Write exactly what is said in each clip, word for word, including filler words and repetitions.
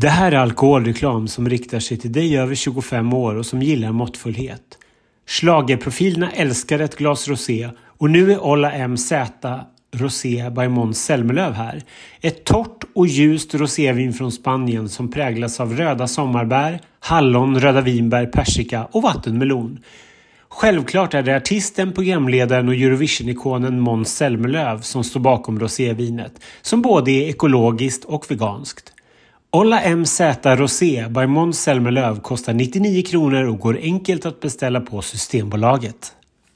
Det här är alkoholreklam som riktar sig till dig över tjugofem år och som gillar måttfullhet. Schlagerprofilerna älskar ett glas rosé och nu är Ola M Z Rosé by Måns Zelmerlöw här. Ett torrt och ljust rosévin från Spanien som präglas av röda sommarbär, hallon, röda vinbär, persika och vattenmelon. Självklart är det artisten, programledaren och Eurovision-ikonen Måns Zelmerlöw som står bakom rosévinet, som både är ekologiskt och veganskt. Ola M Z Rosé by Måns Zelmerlöw kostar nittionio kronor och går enkelt att beställa på Systembolaget.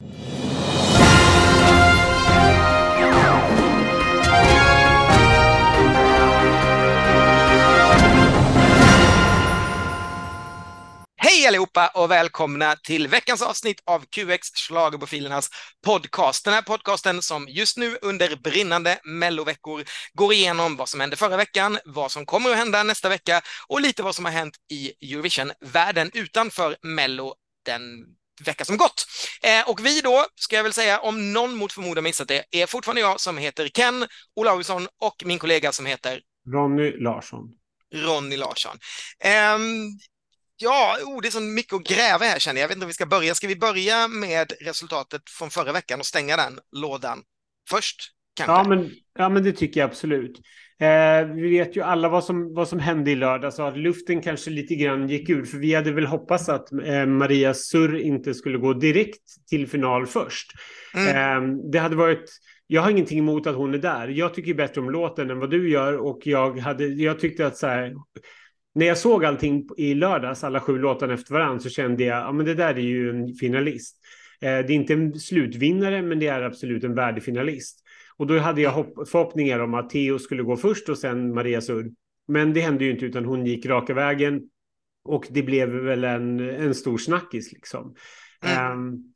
Hej allihopa och välkomna till veckans avsnitt av Q X Schlagerprofilernas podcast. Den här podcasten som just nu under brinnande melloveckor går igenom vad som hände förra veckan, vad som kommer att hända nästa vecka och lite vad som har hänt i Eurovision-världen utanför mello den vecka som gått. Eh, och vi då, ska jag väl säga, om någon mot förmodan missat det, är fortfarande jag som heter Ken Olausson och min kollega som heter Ronny Larsson. Ronny Larsson. Ehm... Ja, oh, det är så mycket att gräva här känner jag. Jag vet inte om vi ska börja. Ska vi börja med resultatet från förra veckan och stänga den lådan först? Kanske? Ja, men, ja, men det tycker jag absolut. Eh, vi vet ju alla vad som, vad som hände i lördag, så att luften kanske lite grann gick ur. För vi hade väl hoppats att eh, Maria Surr inte skulle gå direkt till final först. Mm. Eh, det hade varit... Jag har ingenting emot att hon är där. Jag tycker bättre om låten än vad du gör. Och jag, hade, jag tyckte att så här... När jag såg allting i lördags, alla sju låtarna efter varandra, så kände jag att ja, men det där är ju en finalist. Eh, det är inte en slutvinnare, men det är absolut en värdig finalist. Och då hade jag hopp- förhoppningar om att Theo skulle gå först och sen Maria Surr. Men det hände ju inte, utan hon gick raka vägen. Och det blev väl en, en stor snackis liksom. Mm. Um,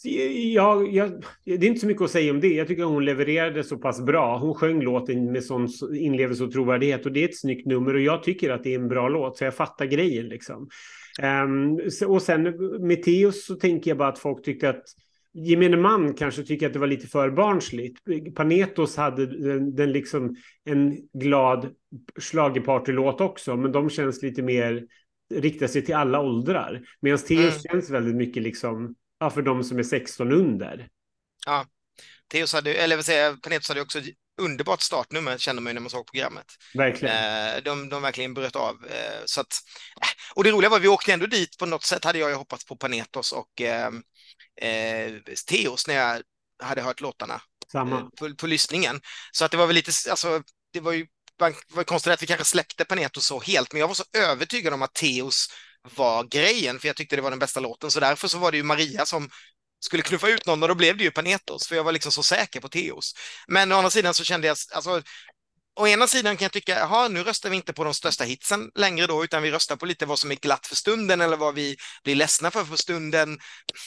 Jag, jag, det är inte så mycket att säga om det. Jag tycker att hon levererade så pass bra. Hon sjöng låten med sån inlevelse och trovärdighet. Och det är ett snyggt nummer. Och jag tycker att det är en bra låt. Så jag fattar grejen liksom. Um, och sen med Theos så tänker jag bara att folk tyckte att gemene man kanske tycker att det var lite för barnsligt. Panetos hade den, den liksom en glad schlagerpartylåt också. Men de känns lite mer, riktar sig till alla åldrar. Medan Theos mm. känns väldigt mycket liksom... Ja, för de som är sexton under. Ja, Theos hade, eller vill säga, Panetos hade också underbart startnummer, kände man ju när man såg programmet. Verkligen. Eh, de, de verkligen bröt av. Eh, så att, och det roliga var att vi åkte ändå dit, på något sätt hade jag ju hoppats på Panetos och eh, eh, Theos när jag hade hört låtarna Samma. Eh, på, på lyssningen. Så att det var väl lite, alltså, det var ju det var konstigt att vi kanske släppte Panetos så helt, men jag var så övertygad om att Theos var grejen, för jag tyckte det var den bästa låten, så därför så var det ju Maria som skulle knuffa ut någon och då blev det ju Panetos, för jag var liksom så säker på Theos. Men å andra sidan så kände jag, alltså å ena sidan kan jag tycka, jaha, nu röstar vi inte på de största hitsen längre då, utan vi röstar på lite vad som är glatt för stunden eller vad vi blir ledsna för för stunden.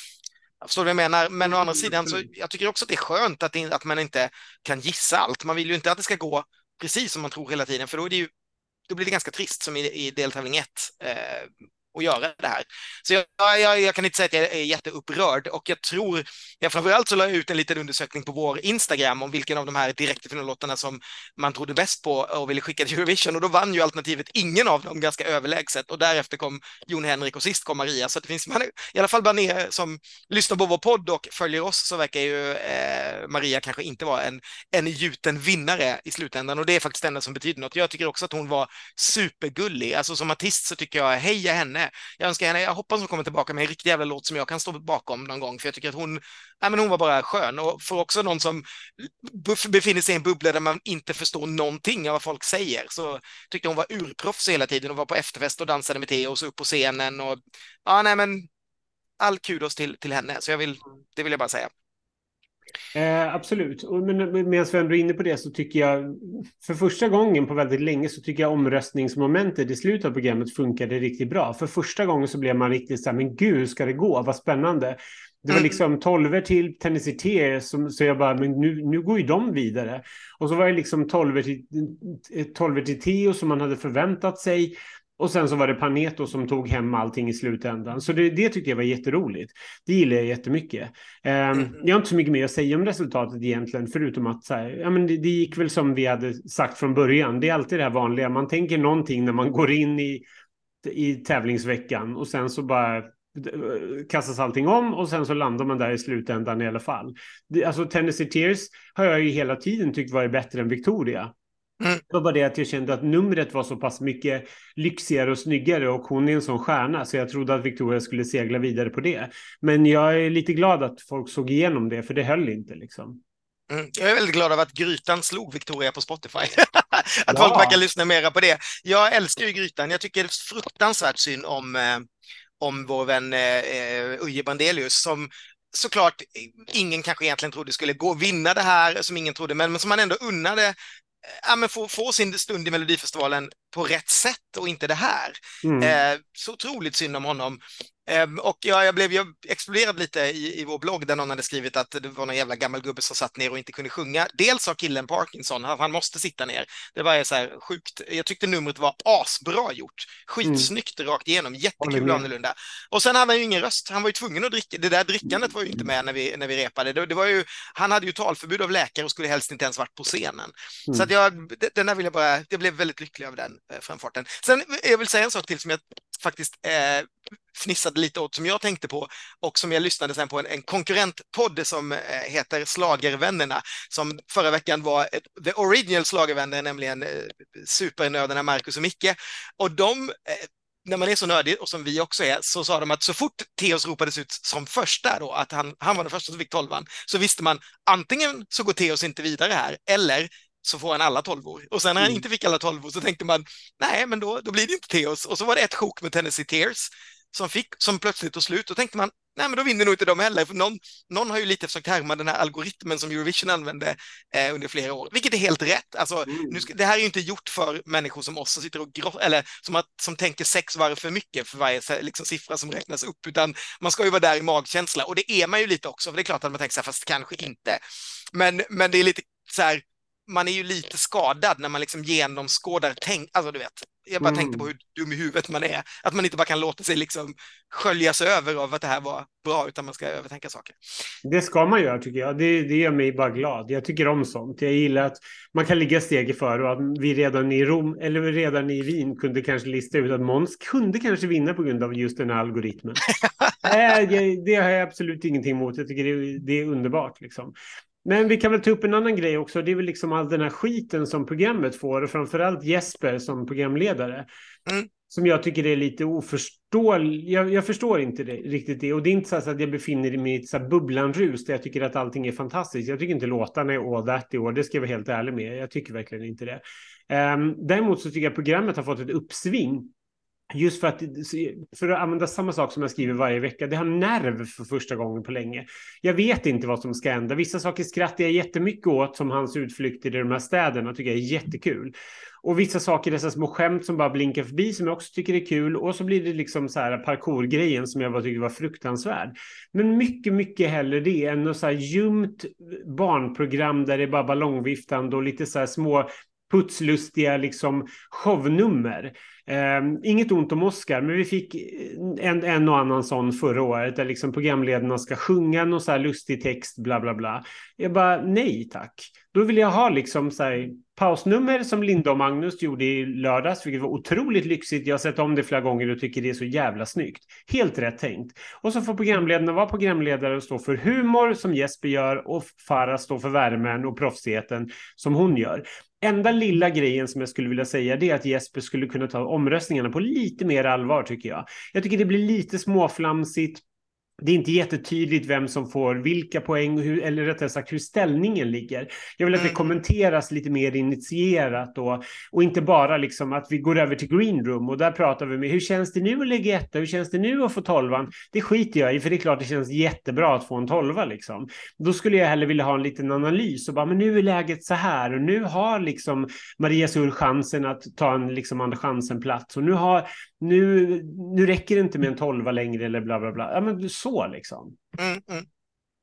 Jag förstår vad jag menar, men å andra sidan så jag tycker också att det är skönt att, det, att man inte kan gissa allt. Man vill ju inte att det ska gå precis som man tror hela tiden, för då är det ju, då blir det ganska trist som i, i deltävling ett eh, att göra det här. Så jag, jag, jag kan inte säga att jag är jätteupprörd, och jag tror, jag framförallt så la jag ut en liten undersökning på vår Instagram om vilken av de här direktfinallåtarna som man trodde bäst på och ville skicka till Eurovision, och då vann ju alternativet ingen av dem ganska överlägset, och därefter kom Jon Henrik och sist kom Maria, så det finns man, i alla fall bara ni som lyssnar på vår podd och följer oss, så verkar ju eh, Maria kanske inte vara en, en gjuten vinnare i slutändan, och det är faktiskt det enda som betyder något. Jag tycker också att hon var supergullig, alltså som artist så tycker jag heja henne. Jag önskar henne, jag hoppas hon kommer tillbaka med en riktig jävla låt som jag kan stå bakom någon gång, för jag tycker att hon, nej men hon var bara skön, och för också någon som befinner sig i en bubbla där man inte förstår någonting av vad folk säger, så tyckte hon var urproffs hela tiden och var på efterfest och dansade med Theo och så upp på scenen, och ja nej men all kudos till, till henne, så jag vill, det vill jag bara säga. Eh, absolut, och men, medan vi ändå är inne på det så tycker jag för första gången på väldigt länge så tycker jag omröstningsmomentet i slutet av programmet funkade riktigt bra. För första gången så blev man riktigt så här, men gud ska det gå, vad spännande. Det var liksom tolver till Tennessee Tears, som, så jag bara, men nu, nu går ju de vidare. Och så var det liksom tolver till, tolver till Theo som man hade förväntat sig. Och sen så var det Paneto som tog hem allting i slutändan. Så det, det tyckte jag var jätteroligt. Det gillar jag jättemycket. Um, Mm. jag har inte så mycket mer att säga om resultatet egentligen. Förutom att så här, ja, men det, det gick väl som vi hade sagt från början. Det är alltid det här vanliga. Man tänker någonting när man går in i, i tävlingsveckan. Och sen så bara kastas allting om. Och sen så landar man där i slutändan i alla fall. Det, alltså Tennessee Tears har jag ju hela tiden tyckt var bättre än Victoria. Mm. Det var bara det att jag kände att numret var så pass mycket lyxigare och snyggare och hon är en sån stjärna så jag trodde att Victoria skulle segla vidare på det. Men jag är lite glad att folk såg igenom det för det höll inte liksom. Mm. Jag är väldigt glad av att Grytan slog Victoria på Spotify. Att Ja. folk verkar lyssna mera på det. Jag älskar ju Grytan. Jag tycker det är fruktansvärt synd om, eh, om vår vän eh, Uje Brandelius som såklart ingen kanske egentligen trodde skulle gå och vinna det här, som ingen trodde, men, men som man ändå unnade ja, men få, få sin stund i Melodifestivalen på rätt sätt och inte det här. Mm. Eh, så otroligt synd om honom. Eh, och ja, jag blev jag exploderad lite i, i vår blogg där någon hade skrivit att det var någon jävla gammal gubbe som satt ner och inte kunde sjunga. Dels har killen Parkinson, han, han måste sitta ner. Det var så här sjukt. Jag tyckte numret var asbra gjort. Skitsnyggt mm. rakt igenom. Jättekul och annorlunda. Och sen hade han ju ingen röst. Han var ju tvungen att dricka. Det där drickandet var ju inte med när vi, när vi repade. Det, det var ju, han hade ju talförbud av läkare och skulle helst inte ens varit på scenen. Mm. Så att jag, den där vill jag bara, jag blev väldigt lycklig över den eh, framfarten. Sen jag vill säga en sak till som jag faktiskt eh, fnissade lite åt, som jag tänkte på och som jag lyssnade sen på en, en konkurrentpodd som eh, heter Slagervännerna, som förra veckan var ett, the original Slagervänner, nämligen eh, supernördarna Marcus och Micke. Och de, eh, när man är så nördig, och som vi också är, så sa de att så fort Theoz ropades ut som första då, att han, han var den första som fick tolvan, så visste man antingen så går Theoz inte vidare här, eller så får han alla tolvor. Och sen när han Mm. inte fick alla tolvor så tänkte man, nej men då, då blir det inte Theoz. Och så var det ett sjok med Tennessee Tears som fick, som plötsligt tog slut. Då tänkte man, nej men då vinner nog inte de heller. För någon, någon har ju lite försökt härma den här algoritmen som Eurovision använde eh, under flera år. Vilket är helt rätt. Alltså, Mm. nu ska, det här är ju inte gjort för människor som oss som sitter och grott, eller som, att, som tänker sex varv för mycket för varje liksom, siffra som räknas upp. Utan man ska ju vara där i magkänsla. Och det är man ju lite också. För det är klart att man tänker så här, fast kanske inte. Men, men det är lite så här, man är ju lite skadad när man liksom genomskådar tänk, alltså du vet, jag bara Mm. tänkte på hur dum i huvudet man är, att man inte bara kan låta sig liksom sköljas över av att det här var bra, utan man ska övertänka saker. Det ska man göra tycker jag. Det, det gör mig bara glad. Jag tycker om sånt. Jag gillar att man kan ligga steget före och att vi redan i Rom eller redan i Wien kunde kanske lista ut att Måns kunde kanske vinna på grund av just den här algoritmen. äh, det, det har jag absolut ingenting emot. Jag tycker det, det är underbart liksom. Men vi kan väl ta upp en annan grej också. Det är väl liksom all den här skiten som programmet får. Och framförallt Jesper som programledare. Mm. Som jag tycker är lite oförståeligt. Jag, jag förstår inte det, riktigt det. Och det är inte så att jag befinner mig i ett så här bubblanrus där jag tycker att allting är fantastiskt. Jag tycker inte låtarna är all that i år. Det ska jag vara helt ärlig med. Jag tycker verkligen inte det. Um, däremot så tycker jag att programmet har fått ett uppsving. Just för att, för att använda samma sak som jag skriver varje vecka. Det har nerv för första gången på länge. Jag vet inte vad som ska hända. Vissa saker skrattar jag jättemycket åt, som hans utflykter i de här städerna. Tycker jag är jättekul. Och vissa saker, dessa små skämt som bara blinkar förbi, som jag också tycker är kul. Och så blir det liksom så här parkourgrejen som jag bara tycker var fruktansvärd. Men mycket, mycket hellre det än något så här ljumt barnprogram där det är bara ballongviftande och lite så här små putslustiga liksom shownummer. Um, inget ont om Oscar, men vi fick en, en och annan sån förra året där liksom programledarna ska sjunga någon så här lustig text, bla bla bla. Jag bara, nej tack. Då vill jag ha liksom så här pausnummer som Linda och Magnus gjorde i lördags, vilket var otroligt lyxigt. Jag har sett om det flera gånger och tycker det är så jävla snyggt. Helt rätt tänkt. Och så får programledarna vara programledare och stå för humor som Jesper gör och Farah stå för värmen och proffsigheten som hon gör. Enda lilla grejen som jag skulle vilja säga, det är att Jesper skulle kunna ta omröstningarna på lite mer allvar tycker jag. Jag tycker det blir lite småflamsigt. Det är inte jättetydligt vem som får vilka poäng, hur, eller rättare sagt hur ställningen ligger. Jag vill att det kommenteras lite mer initierat och, och inte bara liksom att vi går över till green room och där pratar vi med hur känns det nu att lägga etta, hur känns det nu att få tolvan? Det skiter jag i, för det är klart det känns jättebra att få en tolva liksom. Då skulle jag hellre vilja ha en liten analys och bara, men nu är läget så här och nu har liksom Maria Sur chansen att ta en liksom andra chansen plats och nu har nu, nu räcker det inte med en tolva längre eller bla bla bla. Ja men så liksom. Mm, mm.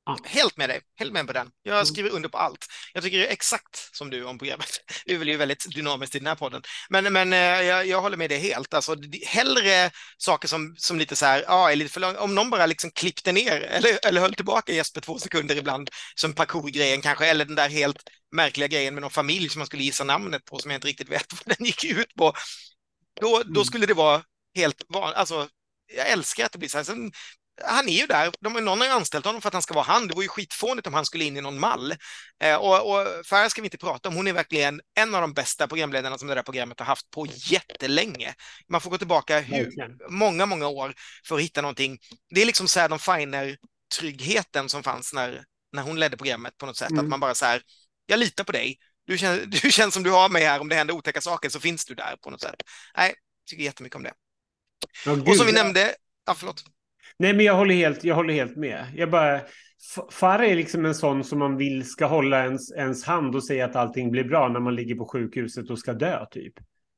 Ja. Helt med dig, helt med på den. Jag Mm. skriver under på allt. Jag tycker det är exakt som du om programmet. Det är väl ju väldigt dynamiskt i den här podden. Men, men eh, jag, jag håller med dig helt. Alltså, det- hellre saker som, som lite så här, ja, är lite för lång. Om någon bara liksom klippte ner eller, eller höll tillbaka Jesper två sekunder ibland, som parkour-grejen kanske, eller den där helt märkliga grejen med någon familj som man skulle gissa namnet på som jag inte riktigt vet vad den gick ut på. Då, då Mm. skulle det vara helt vanligt. Alltså, jag älskar att det blir så här. Sen, han är ju där, de, någon har ju anställt honom för att han ska vara han. Det var ju skitfånigt om han skulle in i någon mall. Eh, och, och Farah ska vi inte prata om, hon är verkligen en av de bästa programledarna som det där programmet har haft på jättelänge. Man får gå tillbaka hur, Verkligen. många, många år för att hitta någonting. Det är liksom så här de Finer-tryggheten som fanns när, när hon ledde programmet på något sätt. Mm. Att man bara så här, jag litar på dig. Du känns, du känns som du har mig här, om det händer otäcka saker så finns du där på något sätt. Nej, jag tycker jättemycket om det. Ja, Och gud, som vi ja. nämnde, ja förlåt. Nej, men jag håller helt, jag håller helt med. Jag bara, F- Farah är liksom en sån som man vill ska hålla ens, ens hand och säga att allting blir bra när man ligger på sjukhuset och ska dö, typ.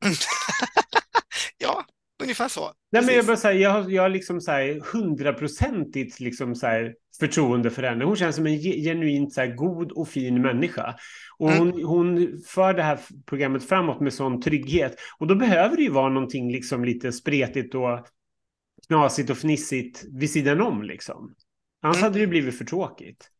Ja, ungefär så. Nej, men jag Precis. bara säga, jag har, jag har liksom så här hundraprocentigt liksom så här förtroende för henne. Hon känns som en ge- genuint så här god och fin människa. Och Mm. hon, hon för det här programmet framåt med sån trygghet. Och då behöver det ju vara någonting liksom lite spretigt och knasigt och fnissigt vid sidan om liksom. Annars Mm. hade det blivit för tråkigt.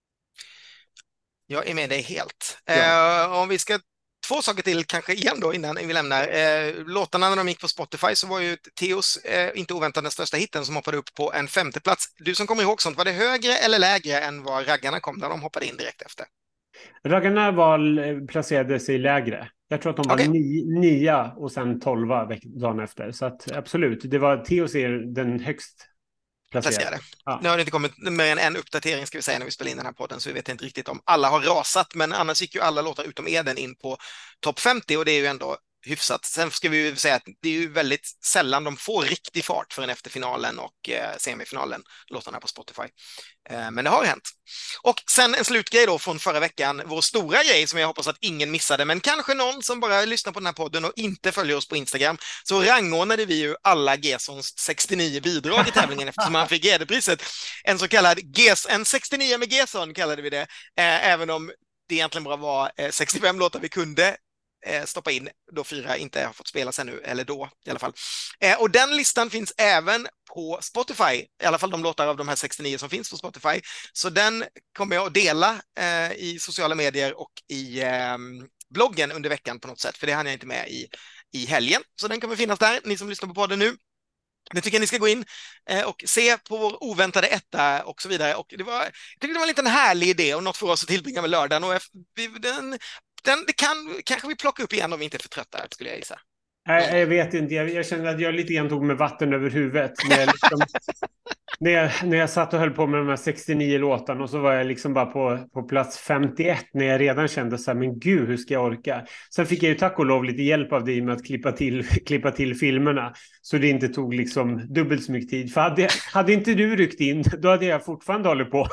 Jag är med dig helt. Ja. Eh, om vi ska två saker till kanske igen då innan vi lämnar. Eh, låtarna när de gick på Spotify så var ju Theos eh, inte oväntat den största hitten som hoppade upp på en femte plats. Du som kommer ihåg sånt, var det högre eller lägre än vad raggarna kom när de hoppade in direkt efter? Raggarna var, placerade sig lägre. Jag tror att de var Okej. ni, nia och sen tolva veck- dagen efter. Så att absolut, det var Theos är den högst placerade. Placerade. Ja. Nu har det inte kommit mer än en uppdatering ska vi säga när vi spelar in den här podden, så vi vet inte riktigt om alla har rasat, men annars gick ju alla låtar utom Eden in på topp femtio och det är ju ändå hyfsat. Sen ska vi ju säga att det är ju väldigt sällan de får riktig fart förrän efter finalen och eh, semifinalen, låtarna på Spotify. Eh, men det har hänt. Och sen en slutgrej då från förra veckan, vår stora grej som jag hoppas att ingen missade, men kanske någon som bara lyssnar på den här podden och inte följer oss på Instagram, så rangordnade vi ju alla Gesons sextionio bidrag i tävlingen eftersom han fick G D-priset. En så kallad Ges, en sextionio med Geson kallade vi det, eh, även om det egentligen bara var eh, sextiofem låtar vi kunde eh, stoppa in, då fyra inte har fått spelas ännu, eller då i alla fall. Eh, och den listan finns även på Spotify, i alla fall de låtar av de här sextionio som finns på Spotify. Så den kommer jag att dela eh, i sociala medier och i eh, bloggen under veckan på något sätt, för det hann jag inte med i, i helgen. Så den kommer finnas där, ni som lyssnar på podden nu. Jag tycker ni ska gå in eh, och se på vår oväntade etta och så vidare. Och det var, jag tycker det var en liten härlig idé och något för oss att tillbringa med lördagen. Och vi, den, den, det kan kanske vi plocka upp igen om vi inte är för trötta, skulle jag gissa. Nej, jag vet inte. Jag, jag kände att jag lite grann tog med vatten över huvudet. När jag, liksom, när, jag, när jag satt och höll på med de här sextionio låtarna och så var jag liksom bara på, på plats femtioett när jag redan kände så här, men gud, hur ska jag orka? Sen fick jag ju tack och lov lite hjälp av dig med att klippa till, klippa till filmerna så det inte tog liksom dubbelt så mycket tid. För hade, hade inte du ryckt in, då hade jag fortfarande hållit på.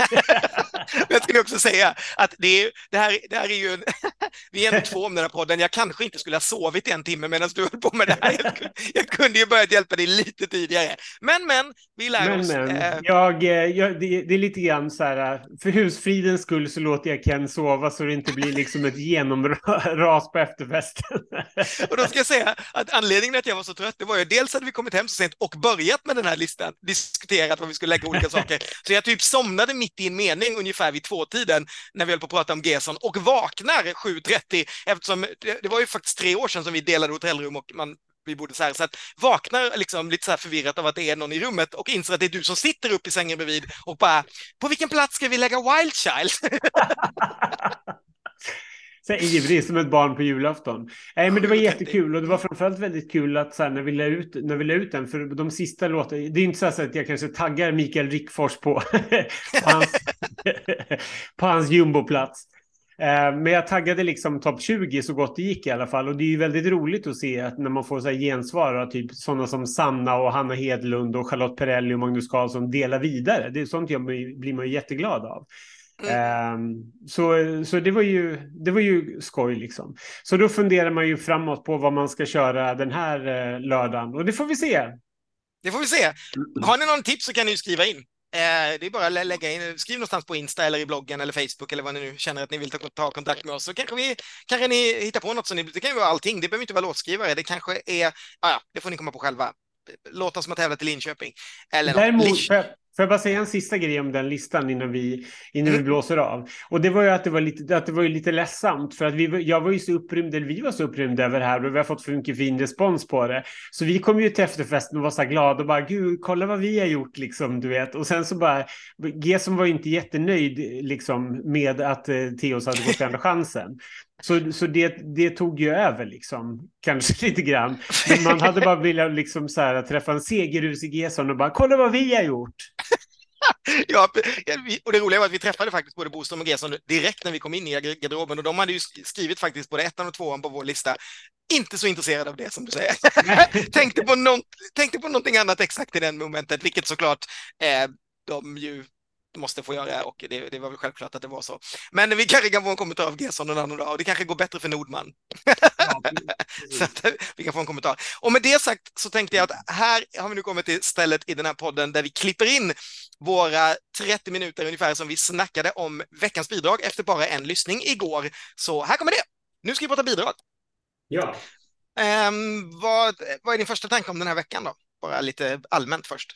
Jag skulle också säga att det, är, det, här, det här är ju en, vi är ändå två om den här podden. Jag kanske inte skulle ha sovit en timme medan du höll på med det här. Jag kunde, jag kunde ju börjat hjälpa dig lite tidigare. Men, men, vi lär men, oss. Men, eh... jag, jag, det, det är lite grann så här, för husfridens skull så låter jag Ken sova så det inte blir liksom ett genomras på efterfesten. Och då ska jag säga att anledningen att jag var så trött, det var ju dels att vi kommit hem så sent och börjat med den här listan, diskuterat vad vi skulle lägga olika saker. Så jag typ somnade mitt i en mening ungefär vid två-tiden när vi höll på att prata om Gesson och vaknar sju trettio eftersom det, det var ju faktiskt tre år sedan som vi delade hotellrum och man vi bodde så här, så att vaknar liksom lite så här förvirrat av att det är någon i rummet och inser att det är du som sitter upp i sängen bredvid och bara, på vilken plats ska vi lägga Wild Child? Så ivrig som ett barn på julafton. Nej, men det var jättekul och det var framförallt väldigt kul att så här, när vi la ut när vi la ut den, för de sista låtarna, det är inte så att jag kanske taggar Mikael Rickfors på på hans, på hans jumboplats. Men jag taggade liksom topp tjugo så gott det gick i alla fall. Och det är ju väldigt roligt att se att när man får så här gensvar av typ sådana som Sanna och Hanna Hedlund och Charlotte Perrelli och Magnus Carlsson delar vidare. Det är sånt jag blir man ju jätteglad av. Mm. Um, så så det, var ju, det var ju skoj liksom. Så då funderar man ju framåt på vad man ska köra den här uh, lördagen. Och det får vi se. Det får vi se. Har ni någon tips så kan ni skriva in. Eh, det är bara att lä- lägga in, skriv någonstans på Insta eller i bloggen eller Facebook eller vad ni nu känner att ni vill ta, ta kontakt med oss. Så kanske, vi, kanske ni hittar på något som ni, det kan ju vara allting. Det behöver inte vara låtskrivare. Det kanske är, ah, ja, det får ni komma på själva. Låtar som har tävlat i Linköping. Eller något. Däremot, Lish. får jag, får jag bara säga en sista grej om den listan innan vi, innan Mm. vi blåser av. Och det var ju att det var lite, att det var ju lite ledsamt för att vi, jag var ju så upprymd, eller vi var så upprymda över det här och vi har fått för mycket fin respons på det. Så vi kom ju till efterfesten och var så här glada och bara, gud, kolla vad vi har gjort liksom, du vet. Och sen så bara, G som var ju inte jättenöjd liksom med att eh, Theoz hade gått till Andra chansen. Så, så det, det tog ju över liksom, kanske lite grann. Men man hade bara velat liksom så här, träffa en segerrusig Gesson och bara, kolla vad vi har gjort. Ja, och det roliga var att vi träffade faktiskt både Boström och Gesson direkt när vi kom in i garderoben och de hade ju skrivit faktiskt både ettan och tvåan på vår lista. Inte så intresserad av det som du säger. tänkte, på någon, tänkte på någonting annat exakt i den momentet, vilket såklart eh, de ju måste få göra och det, det var väl självklart att det var så. Men vi kanske kan få en kommentar av Gesson någon annan dag och det kanske går bättre för Nordman. Ja, så att vi kan få en kommentar. Och med det sagt så tänkte jag att här har vi nu kommit till stället i den här podden där vi klipper in våra trettio minuter ungefär som vi snackade om veckans bidrag efter bara en lyssning igår. Så här kommer det. Nu ska vi prata bidrag. Ja. Um, vad, vad är din första tanke om den här veckan då? Bara lite allmänt först.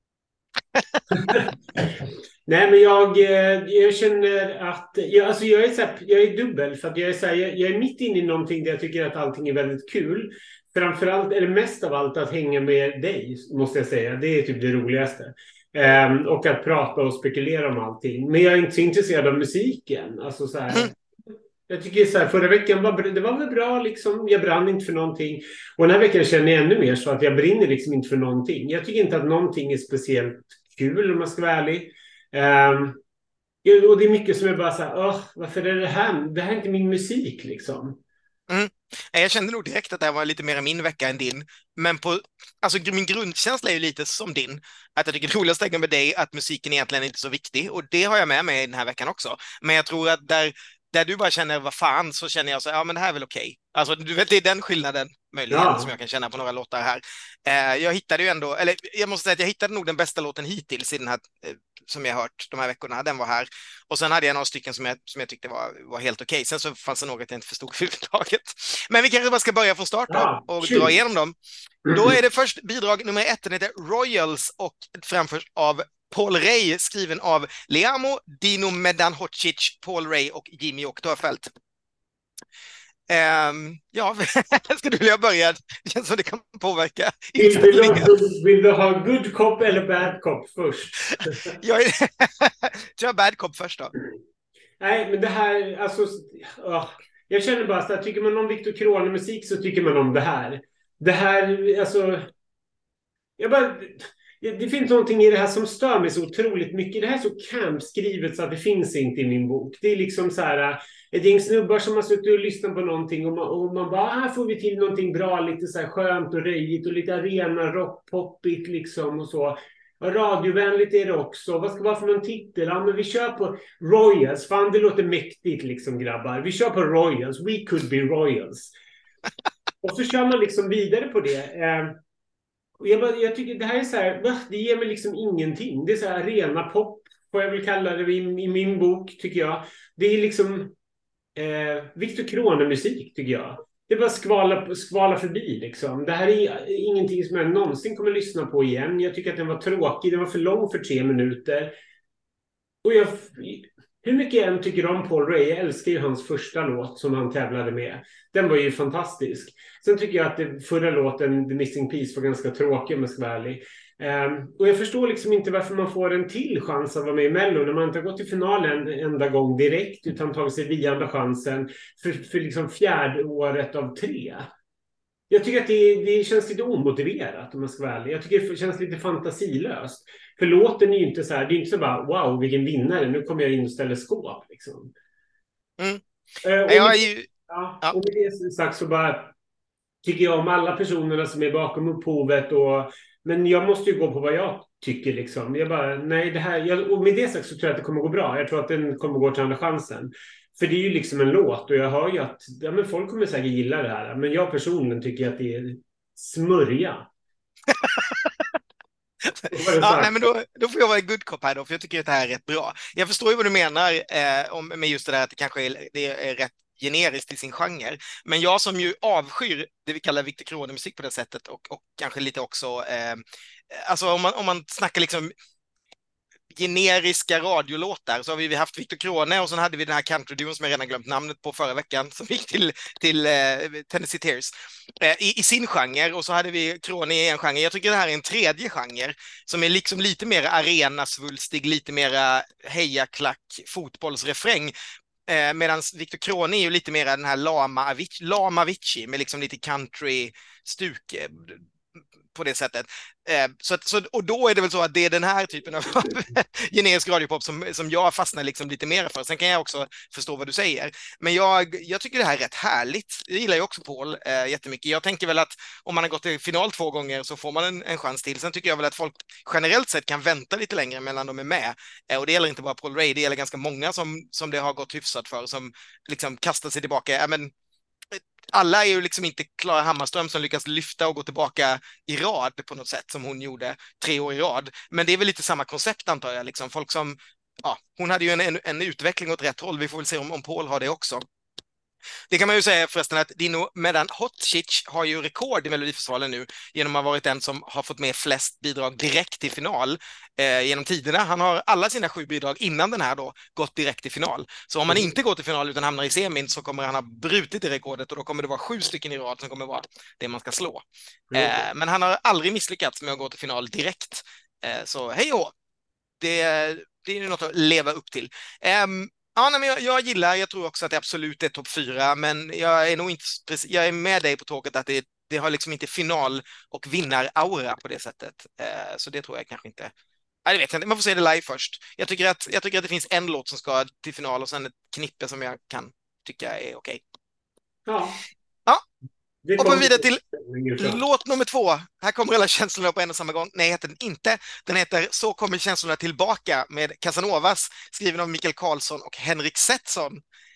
Nej, men jag, jag känner att jag, alltså jag, är så här, jag är dubbel för att jag är, så här, jag, jag är mitt inne i någonting där jag tycker att allting är väldigt kul. Framförallt, eller mest av allt, att hänga med dig, måste jag säga. Det är typ det roligaste. Um, och att prata och spekulera om allting. Men jag är inte så intresserad av musiken. Alltså så här, mm. Jag tycker så här, förra veckan var det var väl bra liksom. Jag brann inte för någonting. Och den här veckan känner jag ännu mer så att jag brinner liksom inte för någonting. Jag tycker inte att någonting är speciellt kul om man ska vara ärlig. Um, och det är mycket som är bara så här, oh, varför är det här? Det här är inte min musik liksom. Mm. Jag kände nog direkt att det här var lite mer min vecka än din. Men på, alltså min grundkänsla är ju lite som din. Att jag tycker det roligaste med dig är att musiken egentligen inte är så viktig. Och det har jag med mig den här veckan också. Men jag tror att där, där du bara känner vad fan så känner jag så ja men det här är väl okej. Alltså du vet det är den skillnaden möjligen ja. Som jag kan känna på några låtar här. Eh, jag hittade ju ändå, eller jag måste säga att jag hittade nog den bästa låten hittills i den här eh, som jag hört de här veckorna, den var här. Och sen hade jag några stycken som jag, som jag tyckte var, var helt okej. Sen så fanns det något jag inte förstod överhuvudtaget. Men vi kanske bara ska börja från start då, ja, och dra igenom dem. Då är det först bidrag nummer ett, den heter Royals och framförs av Paul Ray, skriven av Leamo, Dino Medan-Hocic, Paul Ray och Jimmy Oktörfelt. Um, ja, ska du vilja börja? Det känns som det kan påverka. Vill, vill, du, vill du ha good cop eller bad cop först? Jag är... Kör bad cop först då. Nej, men det här, alltså, oh, jag känner bara så här, tycker man om Viktor Krone-musik så tycker man om det här. Det här, alltså, jag bara... Det finns någonting i det här som stör mig så otroligt mycket. Det här är så campskrivet så att det finns inte i min bok. Det är liksom så här ett gäng snubbar som har suttit och lyssnat på någonting och man, och man bara, här får vi till någonting bra, lite så här skönt och röjigt och lite arena, rockpoppigt liksom och så. Och radiovänligt är det också. Vad ska det vara för någon titel? Ja, men vi kör på Royals. Fan, det låter mäktigt liksom, grabbar. Vi kör på Royals. We could be Royals. Och så kör man liksom vidare på det. Eh, Jag, bara, jag tycker det här är så här, det ger mig liksom ingenting. Det är så här arena pop, får jag väl kalla det i, i min bok, tycker jag. Det är liksom eh, Viktor Krone-musik, tycker jag. Det är bara skvala, skvala förbi liksom. Det här är ingenting som jag någonsin kommer lyssna på igen. Jag tycker att den var tråkig, den var för lång för tre minuter. Och jag... Hur mycket jag än tycker om Paul Ray, jag älskar ju hans första låt som han tävlade med. Den var ju fantastisk. Sen tycker jag att det förra låten, The Missing Piece, var ganska tråkig om jag ska vara ärlig. Um, och jag förstår liksom inte varför man får en till chans att vara med i Mello när man inte har gått till finalen en enda gång direkt utan tagit sig via andra chansen för, för liksom fjärde året av tre. Jag tycker att det, det känns lite omotiverat om man ska vara ärlig. Jag tycker det känns lite fantasilöst. För låten är ju inte så här, det är inte så bara, wow, vilken vinnare, nu kommer jag in och ställer skåp liksom. Mm. Uh, och, jag med, ju... ja, ja. och med det sagt så bara tycker jag om alla personerna som är bakom upphovet och, men jag måste ju gå på vad jag tycker liksom. Jag bara, nej det här, jag, och med det sagt så tror jag att det kommer gå bra. Jag tror att den kommer gå till andra chansen. För det är ju liksom en låt och jag hör ju att ja, men folk kommer säkert gilla det här. Men jag personligen tycker att det är smörja. Vad var det Ja, nej, sagt? men då, då får jag vara en good cop här då, för jag tycker att det här är rätt bra. Jag förstår ju vad du menar eh, om, med just det där att det kanske är, det är rätt generiskt i sin genre. Men jag som ju avskyr det vi kallar Victor Crone-musik på det sättet och, och kanske lite också, eh, alltså om man, om man snackar liksom generiska radiolåtar så har vi haft Victor Crone och så hade vi den här countryduon som jag redan glömt namnet på förra veckan som gick till, till eh, Tennessee Tears eh, i, i sin genre och så hade vi Crone i en genre. Jag tycker det här är en tredje genre som är liksom lite mer arenasvulstig, lite mer hejaklack, fotbollsrefräng. Eh, Medan Victor Crone är ju lite mer den här lama, Avicii, lama Avicii med liksom lite country-stuk eh, på det sättet. Eh, så, att, så och då är det väl så att det är den här typen av generisk radiopop som, som jag fastnar liksom lite mer för. Sen kan jag också förstå vad du säger. Men jag, jag tycker det här är rätt härligt. Jag gillar ju också Paul eh, jättemycket. Jag tänker väl att om man har gått till final två gånger så får man en, en chans till. Sen tycker jag väl att folk generellt sett kan vänta lite längre mellan de är med. Eh, och det gäller inte bara Paul Ray, det gäller ganska många som, som det har gått hyfsat för, som liksom kastar sig tillbaka. Ja, men alla är ju liksom inte Klara Hammarström som lyckas lyfta och gå tillbaka i rad på något sätt som hon gjorde tre år i rad. Men det är väl lite samma koncept antar jag. Liksom. Folk som, ja, hon hade ju en, en, en utveckling åt rätt håll. Vi får väl se om, om Paul har det också. Det kan man ju säga förresten att Dino medan Hotchich har ju rekord i Melodifestivalen nu genom att ha varit den som har fått med flest bidrag direkt till final eh, genom tiderna. Han har alla sina sju bidrag innan den här då gått direkt till final. Så om man inte går till final utan hamnar i semin så kommer han ha brutit det rekordet och då kommer det vara sju stycken i rad som kommer vara det man ska slå. Eh, men han har aldrig misslyckats med att gå till final direkt. Eh, så hej och det, det är något att leva upp till. Um, Ja, nej, men jag, jag gillar, jag tror också att det absolut är topp fyra, men jag är nog inte, jag är med dig på tåget att det, det har liksom inte final- och vinnaraura på det sättet. Eh, så det tror jag kanske inte. Nej, det vet jag inte, man får se det live först. Jag tycker att, jag tycker att det finns en låt som ska till final och sen ett knippe som jag kan tycka är okej. Ja, Ja, det hoppar kommer vi vidare till längre fram. låt nummer två. Här kommer alla känslorna på en och samma gång. Nej, heter den inte. Den heter Så kommer känslorna tillbaka med Casanovas, skriven av Mikael Karlsson och Henrik Setson.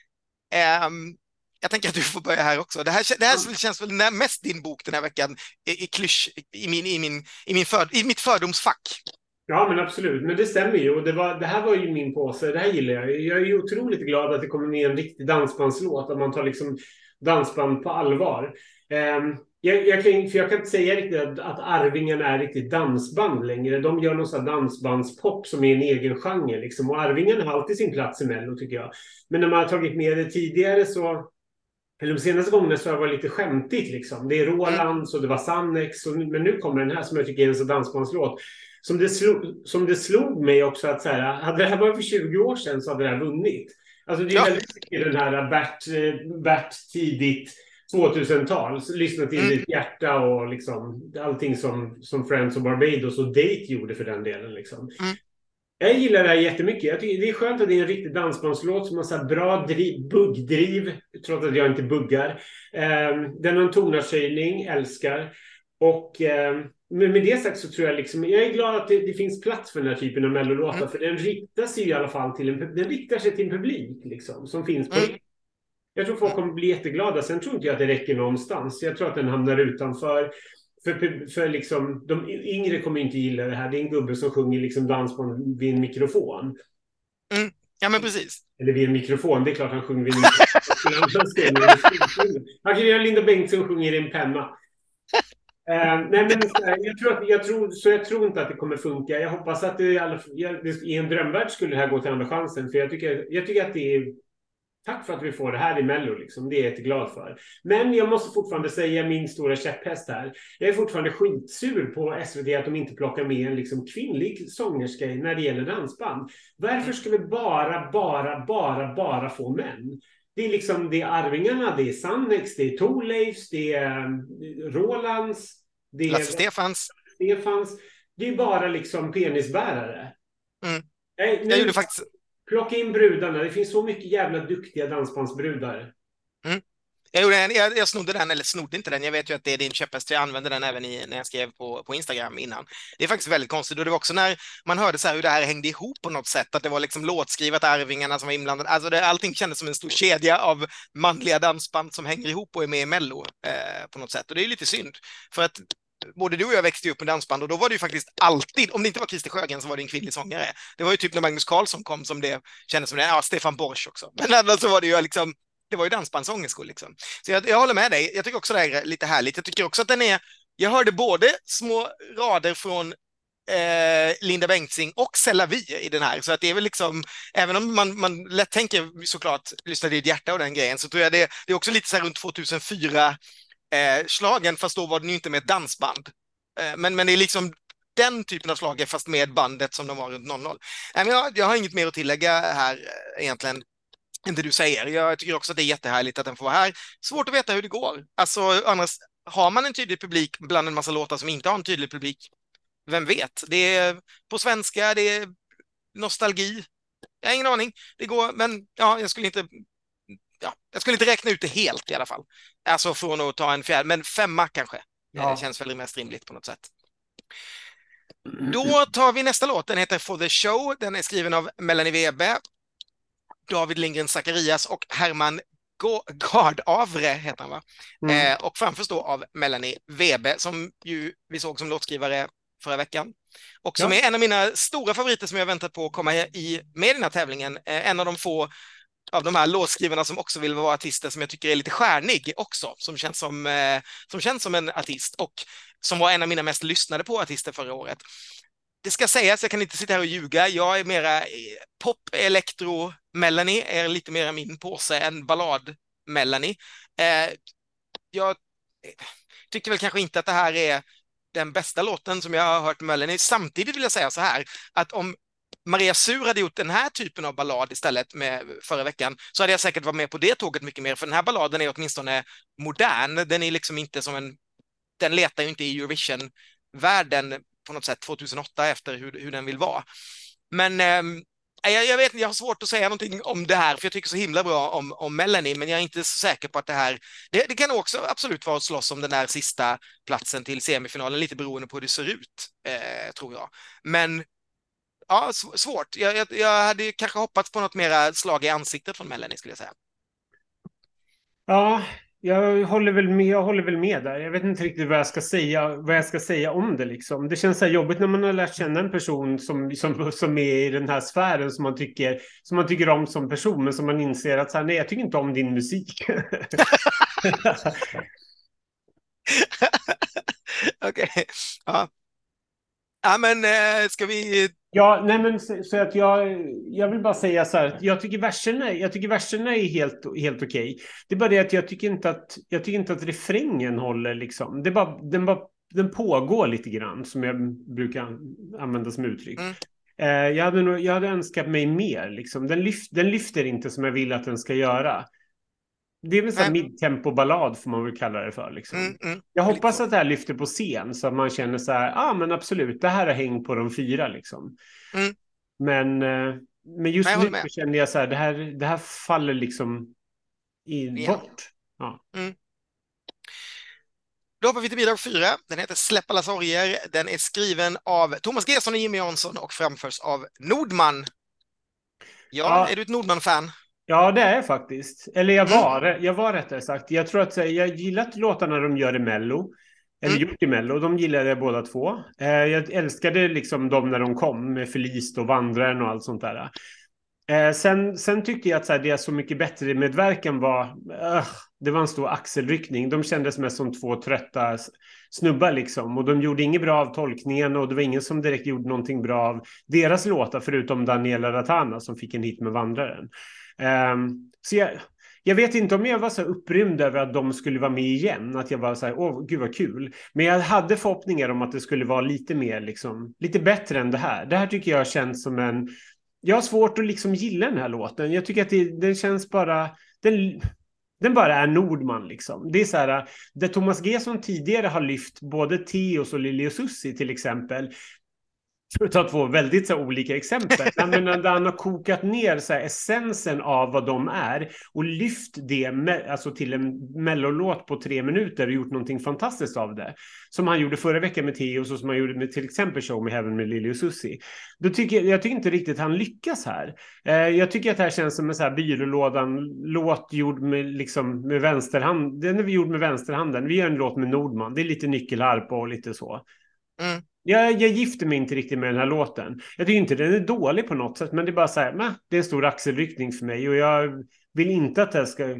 Um, jag tänker att du får börja här också. Det här, det här känns väl när- mest din bok den här veckan i, i klysch, i, min, i, min, i, min för, i mitt fördomsfack. Ja, men absolut. Men det stämmer ju. Och det, var, det här var ju min påse. Det här gillar jag. Jag är ju otroligt glad att det kommer med en riktig dansbandslåt. Att man tar liksom dansband på allvar. Um, jag, jag, kan, för jag kan inte säga riktigt att, att Arvingarna är riktigt dansband längre. De gör någon sån här dansbandspop som är en egen genre. Liksom. Och Arvingarna har alltid sin plats i Mello, tycker jag. Men när man har tagit med det tidigare så... Eller de senaste gångerna så har det varit lite skämtigt. Liksom. Det är Rolands och det var Sannex. Och, men nu kommer den här som jag tycker är en sån dansbandslåt. Som det, slog, som det slog mig också att så här, hade det här varit för tjugo år sedan så hade det här vunnit. Alltså det är Ja. väldigt mycket den här Bert, Bert tidigt tvåtusental. Lyssna till Mm. ditt hjärta och liksom allting som, som Friends och Barbados och Date gjorde för den delen. Liksom. Mm. Jag gillar det här jättemycket. Jag tycker det är skönt att det är en riktig dansbandslåt som har så här bra driv, buggdriv, trots att jag inte buggar. Um, den har en tonartshöjning, älskar. Och um, med, med det sagt så tror jag liksom, jag är glad att det, det finns plats för den här typen av mellolåtar, mm. för den riktar sig i alla fall till en, den riktar sig till en publik liksom, som finns på. Mm. Jag tror folk kommer bli jätteglada. Sen tror inte jag att det räcker någonstans. Jag tror att den hamnar utanför. För, för liksom, de yngre kommer inte gilla det här. Det är en gubbe som sjunger liksom dansband vid en mikrofon. Mm. Ja, men precis. Eller vid en mikrofon. Det är klart han sjunger vid en mikrofon. Han kan göra Linda Bengtsson sjunger i en penna. Uh, nej, men jag tror, att, jag, tror, så jag tror inte att det kommer funka. Jag hoppas att det i, alla, i en drömvärld skulle det här gå till andra chansen. För jag tycker, jag tycker att det är... Tack för att vi får det här i Mello. Liksom. Det är jag jätteglad för. Men jag måste fortfarande säga min stora käpphäst här. Jag är fortfarande skitsur på S V T att de inte plockar med en liksom kvinnlig sångerska när det gäller dansband. Varför ska vi bara, bara, bara, bara få män? Det är liksom, det är Arvingarna, det är Sannex, det är Thorleifs, det är Rolands, det är Lasse Stefans. Stefans. Det är bara liksom penisbärare. Mm. Nej, nu... Jag gjorde faktiskt... Plocka in brudarna. Det finns så mycket jävla duktiga dansbandsbrudar. Mm. Jag, gjorde en, jag, jag snodde den, eller snodde inte den. Jag vet ju att det är din käpphäst. Jag använde den även i, när jag skrev på, på Instagram innan. Det är faktiskt väldigt konstigt. Och det var också när man hörde så här hur det här hängde ihop på något sätt. Att det var liksom låtskrivet Arvingarna som var inblandade. Alltså det, allting kändes som en stor kedja av manliga dansband som hänger ihop och är med i Mello eh, på något sätt. Och det är lite synd. För att både du och jag växte upp med dansband och då var det ju faktiskt alltid, om det inte var Christer Sjögren så var det en kvinnlig sångare. Det var ju typ när Magnus Carlsson kom som det kändes som det, ja, Stefan Borsch också. Men annars så var det ju liksom, det var ju dansbandssångerskor liksom. Så jag, jag håller med dig, jag tycker också det är lite härligt. Jag tycker också att den är, jag hörde både små rader från Eh, Linda Bengtzing och Selavi i den här, så att det är väl liksom, även om man, man lätt tänker såklart lyssna till ditt hjärta och den grejen, så tror jag det, det är också lite så här runt tvåtusenfyra eh, slagen, fast då var den ju inte med ett dansband. Eh, men, men det är liksom den typen av slager fast med bandet som de var runt noll noll. Eh, men jag, jag har inget mer att tillägga här eh, egentligen än det du säger. Jag tycker också att det är jättehärligt att den får vara här. Svårt att veta hur det går. Alltså annars, har man en tydlig publik bland en massa låtar som inte har en tydlig publik, vem vet? Det är på svenska, det är nostalgi. Jag har ingen aning. Det går, men ja, jag skulle inte ja, jag skulle inte räkna ut det helt i alla fall. Alltså från att ta en fjärde, men femma kanske. Ja. Det känns väl mest rimligt på något sätt. Då tar vi nästa låt. Den heter For the Show. Den är skriven av Melanie Webe, David Lindgren Zacharias och Herman Gardavre heter han va? Mm. Eh, och framförs då av Melanie Webe som ju vi såg som låtskrivare förra veckan. Och som ja. är en av mina stora favoriter som jag väntat på att komma i med i den här tävlingen. Eh, en av de få av de här låtskrivarna som också vill vara artister som jag tycker är lite stjärnig också, som känns som, eh, som känns som en artist och som var en av mina mest lyssnade på artister förra året. Det ska sägas, jag kan inte sitta här och ljuga, jag är mera pop, elektro, Melanie är lite mera min påse än ballad Melanie. Eh, jag tycker väl kanske inte att det här är den bästa låten som jag har hört med Melanie. Samtidigt vill jag säga så här, att om Maria Sur hade gjort den här typen av ballad istället med förra veckan så hade jag säkert varit med på det tåget mycket mer, för den här balladen är åtminstone modern. Den är liksom inte som en, den letar ju inte i Eurovision-världen på något sätt tjugohundraåtta efter hur, hur den vill vara. Men eh, jag, jag vet inte, jag har svårt att säga någonting om det här för jag tycker så himla bra om, om Melanie, men jag är inte så säker på att det här, det, det kan också absolut vara att slåss om den där sista platsen till semifinalen, lite beroende på hur det ser ut, eh, tror jag. Men ja, svårt. Jag, jag, jag hade kanske hoppats på något mera slag i ansiktet från Melanie skulle jag säga. Ja, jag håller väl med, jag håller väl med där. Jag vet inte riktigt vad jag ska säga, vad jag ska säga om det liksom. Det känns så här jobbigt när man har lärt känna en person som, som, som är i den här sfären som man tycker, som man tycker om som person, men som man inser att så här, nej, jag tycker inte om din musik. Okej, okay. Ja. Ja, men äh, ska vi... Ja, nej men så, så att jag, jag vill bara säga så här, jag tycker verserna, jag tycker verserna är helt, helt okej. Okay. Det är bara det att jag tycker inte att, jag tycker inte att refrängen håller liksom. Det är bara, den, bara, den pågår lite grann, som jag brukar använda som uttryck. Mm. Eh, jag, hade nog, jag hade önskat mig mer liksom. Den, lyft, den lyfter inte som jag vill att den ska göra. Det är väl en mm. midtempo-ballad får man väl kalla det för. Liksom. Mm, mm. Jag hoppas att det här lyfter på scen så att man känner så här, ja ah, men absolut, det här har hängt på de fyra liksom. Mm. Men, men just men nu känner jag så här, det här, det här faller liksom i, yeah. bort. Ja. Mm. Då hoppar vi till bidrag fyra. Den heter Släpp alla sorger. Den är skriven av Thomas Gesson och Jimmy Jansson och framförs av Nordman. Ja, ja. Är du ett Nordman-fan? Ja, det är jag faktiskt. Eller jag var, mm. jag var rättare sagt. Jag tror att jag gillat låtarna de gör i Mello. Eller mm. gjort i Mello. De gillade jag båda två. Jag älskade liksom dem när de kom med Förlist och Vandraren och allt sånt där. Sen, sen tyckte jag att så här, det är så mycket bättre medverkan var... Uh, det var en stor axelryckning. De kändes mest som två trötta snubbar liksom. Och de gjorde inget bra av tolkningen. Och det var ingen som direkt gjorde någonting bra av deras låtar. Förutom Daniela Ratana som fick en hit med Vandraren. Um, så jag, jag vet inte om jag var så upprymd över att de skulle vara med igen, att jag var så här, åh gud vad kul, men jag hade förhoppningar om att det skulle vara lite mer liksom, lite bättre än det här. Det här tycker jag känns som en, jag har svårt att liksom gilla den här låten. Jag tycker att det, den känns bara, den, den bara är Nordman liksom. Det är så här, där Thomas Gesson tidigare har lyft både Teos och Lili och Susie till exempel. för att ta två väldigt så här, olika exempel. Men när han har kokat ner så här, essensen av vad de är och lyft det med, alltså till en mellolåt på tre minuter och gjort någonting fantastiskt av det. Som han gjorde förra veckan med Teos och som han gjorde med till exempel Show Me Heaven med Lili och Susie. Då tycker jag, jag tycker inte riktigt han lyckas här. Eh, jag tycker att det här känns som en så här byrålådan-låt gjord med, liksom, med vänsterhand. Den är vi gjord med vänsterhanden. Vi gör en låt med Nordman. Det är lite nyckelharp och lite så. Mm. Jag, jag gifter mig inte riktigt med den här låten. Jag tycker inte den är dålig på något sätt, men det är bara så här, nah, det är en stor axelryckning för mig och jag vill inte att det ska...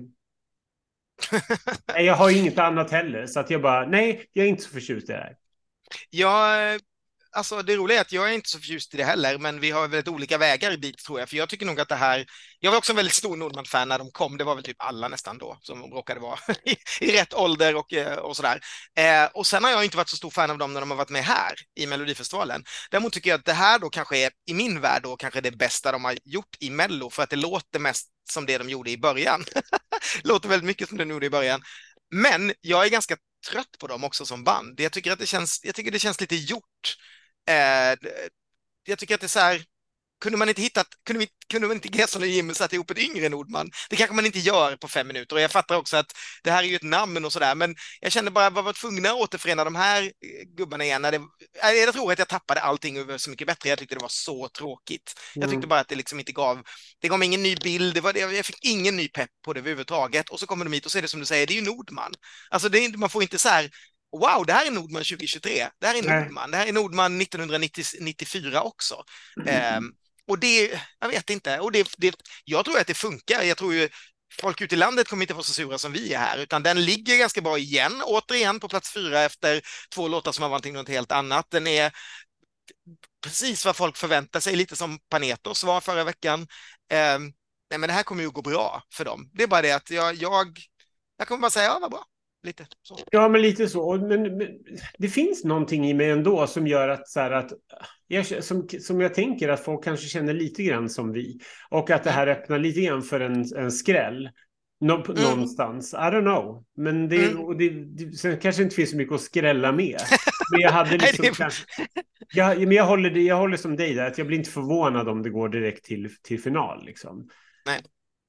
Nej, jag har inget annat heller, så att jag bara, nej, jag är inte så förtjust i det här. Jag, alltså det roliga är att jag är inte så förtjust i det heller, men vi har väldigt olika vägar dit tror jag, för jag tycker nog att det här, jag var också en väldigt stor Nordman-fan när de kom, det var väl typ alla nästan då som råkade vara i, i rätt ålder och, och sådär. Eh, och sen har jag inte varit så stor fan av dem när de har varit med här i Melodifestivalen. Däremot tycker jag att det här då kanske är, i min värld då, kanske det bästa de har gjort i Mello, för att det låter mest som det de gjorde i början. Låter väldigt mycket som de gjorde i början. Men jag är ganska trött på dem också som band. Jag tycker att det känns, jag tycker det känns lite gjort. Eh, jag tycker att det är så här, kunde man inte hittat, kunde, vi, kunde man inte Gesson och Jimmy satt ihop ett yngre Nordman? Det kanske man inte gör på fem minuter och jag fattar också att det här är ju ett namn och sådär, men jag kände bara att jag var tvungna att återförena de här gubbarna igen. När det, jag tror att jag tappade allting över så mycket bättre. Jag tyckte det var så tråkigt. Mm. Jag tyckte bara att det liksom inte gav, det gav mig ingen ny bild, det var, jag fick ingen ny pepp på det överhuvudtaget och så kommer de hit och så är det som du säger, det är ju Nordman. Alltså det är, man får inte så här, wow, det här är Nordman tjugohundratjugotre, det här är Nordman, Nej. det här är Nordman nittonhundranittiofyra också. Mm. Um, Och det, jag vet inte, och det, det, jag tror att det funkar. Jag tror ju folk ute i landet kommer inte vara så sura som vi är här, utan den ligger ganska bra igen, återigen på plats fyra efter två låtar som har varit något helt annat. Den är precis vad folk förväntar sig, lite som Panetos var förra veckan. Eh, nej, men det här kommer ju gå bra för dem. Det är bara det att jag, jag, jag kommer bara säga, ja, vad bra. Lite så. Ja, men lite så. Men, men det finns någonting i mig ändå som gör att, så här, att jag, som, som jag tänker att folk kanske känner lite grann som vi. Och att det här öppnar lite grann för en, en skräll. Nå, mm. Någonstans. I don't know. Men det, mm. och det, det sen kanske inte finns så mycket att skrälla med. Men jag hade liksom... Nej, det... kanske, jag, men jag, håller, jag håller som dig där. Att jag blir inte förvånad om det går direkt till, till final. Liksom. Nej.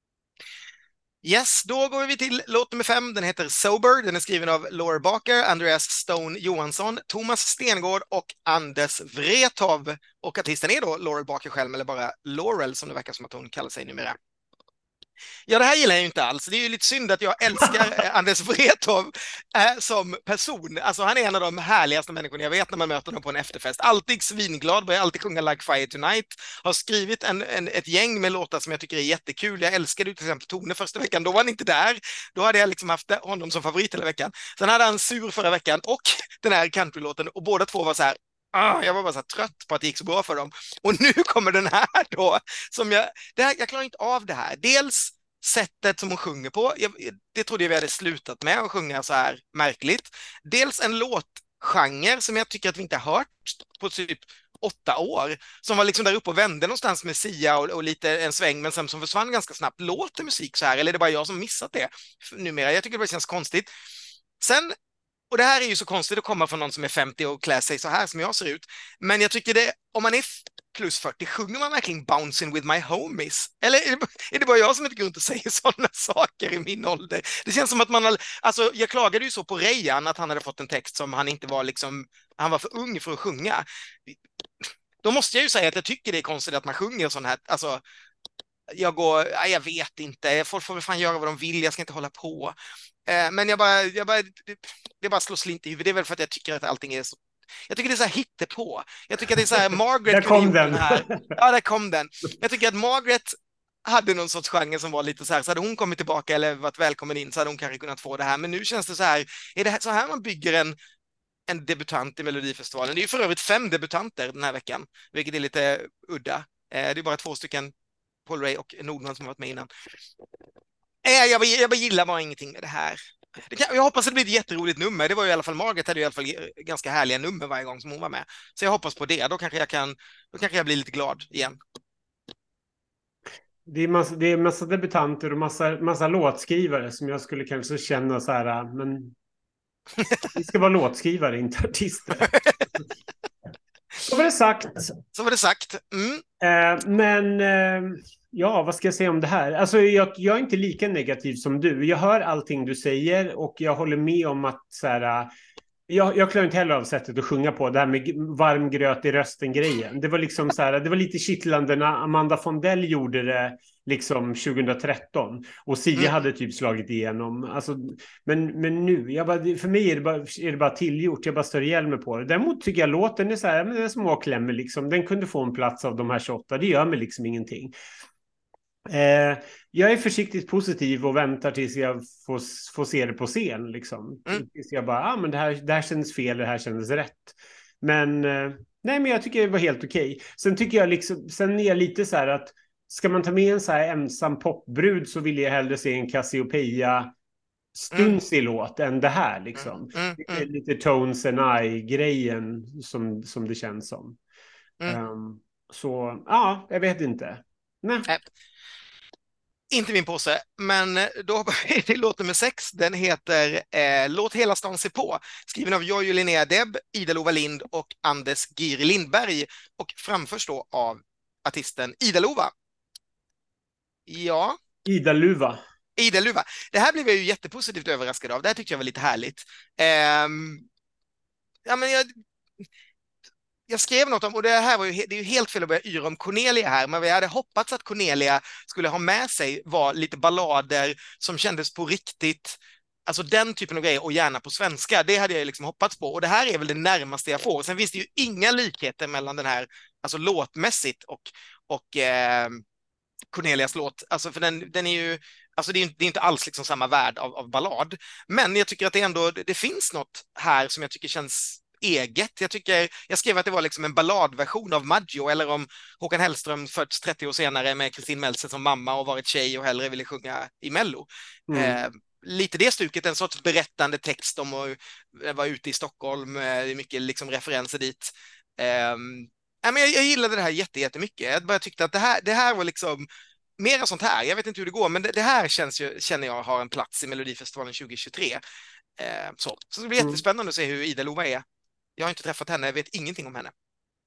Yes, då går vi till låt nummer fem. Den heter Sober. Den är skriven av Laura Barker, Andreas Stone Johansson, Thomas Stengård och Anders Wrethov. Och artisten är då Laura Barker själv, eller bara Laurel som det verkar som att hon kallar sig numera. Ja, det här gillar jag ju inte alls. Det är ju lite synd att jag älskar Anders Wrethov äh, som person. Alltså han är en av de härligaste människorna jag vet när man möter honom på en efterfest. Alltid svinglad, börjar alltid sjunga Like Fire Tonight. Har skrivit en, en, ett gäng med låtar som jag tycker är jättekul. Jag älskade till exempel Tone första veckan. Då var han inte där. Då hade jag liksom haft honom som favorit hela veckan. Sen hade han Sur förra veckan och den här countrylåten. Och båda två var så här, Ah, jag var bara så trött på att det gick så bra för dem. Och nu kommer den här då. Som jag, det här, jag klarar inte av det här. Dels sättet som hon sjunger på. Jag, det trodde jag vi hade slutat med att sjunga så här märkligt. Dels en låtgenre som jag tycker att vi inte har hört på typ åtta år. Som var liksom där uppe och vände någonstans med Sia och, och lite en sväng, men sen som försvann ganska snabbt. Låter musik så här? Eller är det bara jag som missat det numera? Jag tycker det känns konstigt. Sen och det här är ju så konstigt att komma från någon som är femtio och klä sig så här som jag ser ut. Men jag tycker det, om man är plus fyrtio, sjunger man verkligen Bouncing with my homies? Eller är det, är det bara jag som inte går runt och säger sådana saker i min ålder? Det känns som att man har, alltså jag klagade ju så på Rejan att han hade fått en text som han inte var liksom, han var för ung för att sjunga. Då måste jag ju säga att jag tycker det är konstigt att man sjunger sån här, alltså jag går, jag vet inte, folk får väl fan göra vad de vill, jag ska inte hålla på. Men jag bara, jag bara, det bara slår slint i huvudet. Det är väl för att jag tycker att allting är så... Jag tycker det är så här hittepå. Jag tycker att det är så här, Margaret... där kom den. Här. Ja, där kom den. Jag tycker att Margaret hade någon sorts genre som var lite så här, så hade hon kommit tillbaka eller varit välkommen in så hade hon kanske kunnat få det här. Men nu känns det så här, är det så här man bygger en, en debutant i Melodifestivalen? Det är ju för övrigt fem debutanter den här veckan, vilket är lite udda. Det är bara två stycken, Paul Ray och Nordman, som har varit med innan. Jag bara, jag bara gillar bara ingenting med det här. Det kan, jag hoppas att det blir ett jätteroligt nummer. Det var ju i alla fall Margaret hade ju i alla fall ganska härliga nummer varje gång som hon var med. Så jag hoppas på det. Då kanske jag kan, då kanske jag blir lite glad igen. Det är massa, det är massa debutanter och massa, massa låtskrivare som jag skulle kanske känna så här, men vi ska vara låtskrivare, inte artister. Då var det sagt. Så var det sagt. Mm. Eh, men eh, ja, vad ska jag säga om det här? Alltså, jag, jag är inte lika negativ som du. Jag hör allting du säger och jag håller med om att så här, jag, jag klarar inte heller av sättet att sjunga på, det här med varm gröt i rösten-grejen. Det var liksom så här, det var lite kittlande när Amanda Fondell gjorde det liksom tjugohundratretton och Sia Mm. hade typ slagit igenom. Alltså, men, men nu, jag bara, för mig är det, bara, är det bara tillgjort, jag bara stör ihjäl mig på det. Däremot tycker jag låten är så här, men den är småklämmig liksom. Den kunde få en plats av de här tjugoåtta, det gör mig liksom ingenting. Eh, jag är försiktigt positiv och väntar tills jag får, får se det på scen. Liksom. Mm. Tills jag bara, ah, men det här, det här kändes fel, det här kändes rätt. Men, eh, nej, men jag tycker det var helt okej. Okay. Sen tycker jag liksom, sen är jag lite så här att ska man ta med en så här ensam popbrud så vill jag hellre se en Cassiopeia stunsig mm. låt än det här. Liksom. Mm. Mm. Lite, lite Tones and I-grejen som, som det känns som. Mm. Um, så, ja, jag vet inte. Nej. Äh. Inte min påse, men då hoppar vi till låt nummer sex. Den heter eh, Låt hela stan se på. Skriven av Jojo Linnea Deb, Ida-Lova Lind och Anders Giri Lindberg. Och framförs då av artisten Ida-Lova. Ja. Ida-Luva. Ida-Luva. Det här blev jag ju jättepositivt överraskad av. Det här tyckte jag var lite härligt. Eh, ja, men jag... Jag skrev något om, och det här var ju, det är ju helt fel att börja yra om Cornelia här, men vi hade hoppats att Cornelia skulle ha med sig var lite ballader som kändes på riktigt, alltså den typen av grejer, och gärna på svenska. Det hade jag liksom hoppats på, och det här är väl det närmaste jag får. Sen finns det ju inga likheter mellan den här, alltså låtmässigt och, och eh, Cornelias låt, alltså för den, den är ju, alltså det är, det är inte alls liksom samma värld av, av ballad, men jag tycker att det ändå, det, det finns något här som jag tycker känns eget. Jag tycker, jag skrev att det var liksom en balladversion av Maggio, eller om Håkan Hellström fötts trettio år senare med Kristin Meltzer som mamma och varit tjej och hellre ville sjunga i Mello. Mm. Eh, lite det stuket, en sorts berättande text om att vara ute i Stockholm, det är mycket liksom referenser dit. Eh, ja, men jag, jag gillade det här jätte, jättemycket. Jag bara tyckte att det här, det här var liksom mer sånt här. Jag vet inte hur det går, men det, det här känns ju, känner jag har en plats i Melodifestivalen tjugohundratjugotre. Eh, så. så det blir mm. jättespännande att se hur Ida-Lova är. Jag har inte träffat henne, jag vet ingenting om henne.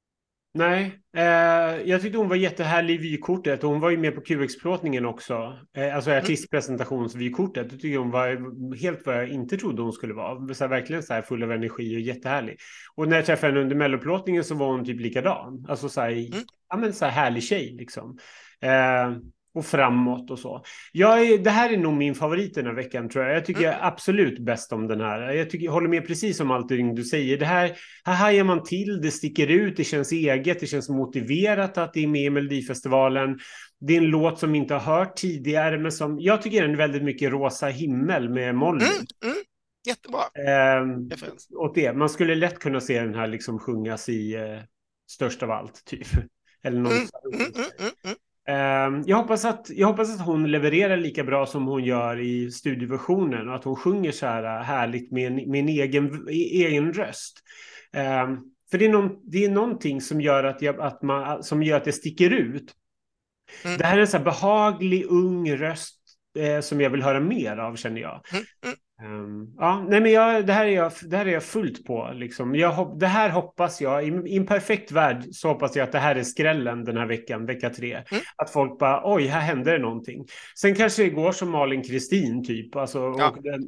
Nej, eh, jag tyckte hon var jättehärlig i vykortet och hon var ju med på Q X-plåtningen också. Eh, alltså artistpresentationsvykortet. Jag tycker hon var helt vad jag inte trodde hon skulle vara. Så här, verkligen så här full av energi och jättehärlig. Och när jag träffade henne under melloplåtningen så var hon typ likadan. Alltså så här, mm. ja, men så här härlig tjej liksom. Eh, och framåt och så. Jag är, det här är nog min favorit den här veckan, tror jag. Jag tycker mm. jag absolut bäst om den här. Jag, tycker, jag håller med precis om allt du säger. Det här, här hajar man till, det sticker ut, det känns eget, det känns motiverat att det är med i Melodifestivalen. Det är en låt som inte har hört tidigare, men som jag tycker är väldigt mycket Rosa himmel med Molly. Mm. Mm. Jättebra. Eh, åt det. Man skulle lätt kunna se den här liksom sjungas i eh, Störst av allt, typ. Eller något mm. Mm. Mm. Mm. Mm. Jag hoppas, att, jag hoppas att hon levererar lika bra som hon gör i studioversionen och att hon sjunger så här härligt med en, med en egen, egen röst. För det är, någon, det är någonting som gör att, jag, att man, som gör att det sticker ut. Mm. Det här är en så här behaglig, ung röst eh, som jag vill höra mer av, känner jag. Mm. Mm. Um, ja, nej, men jag, det, här är jag, det här är jag fullt på. Liksom. Jag, det här hoppas jag, i, i en perfekt värld så hoppas jag att det här är skrällen den här veckan, vecka tre. Mm. Att folk bara, oj, här händer det någonting. Sen kanske det går som Malin Kristin typ, alltså, ja. och den,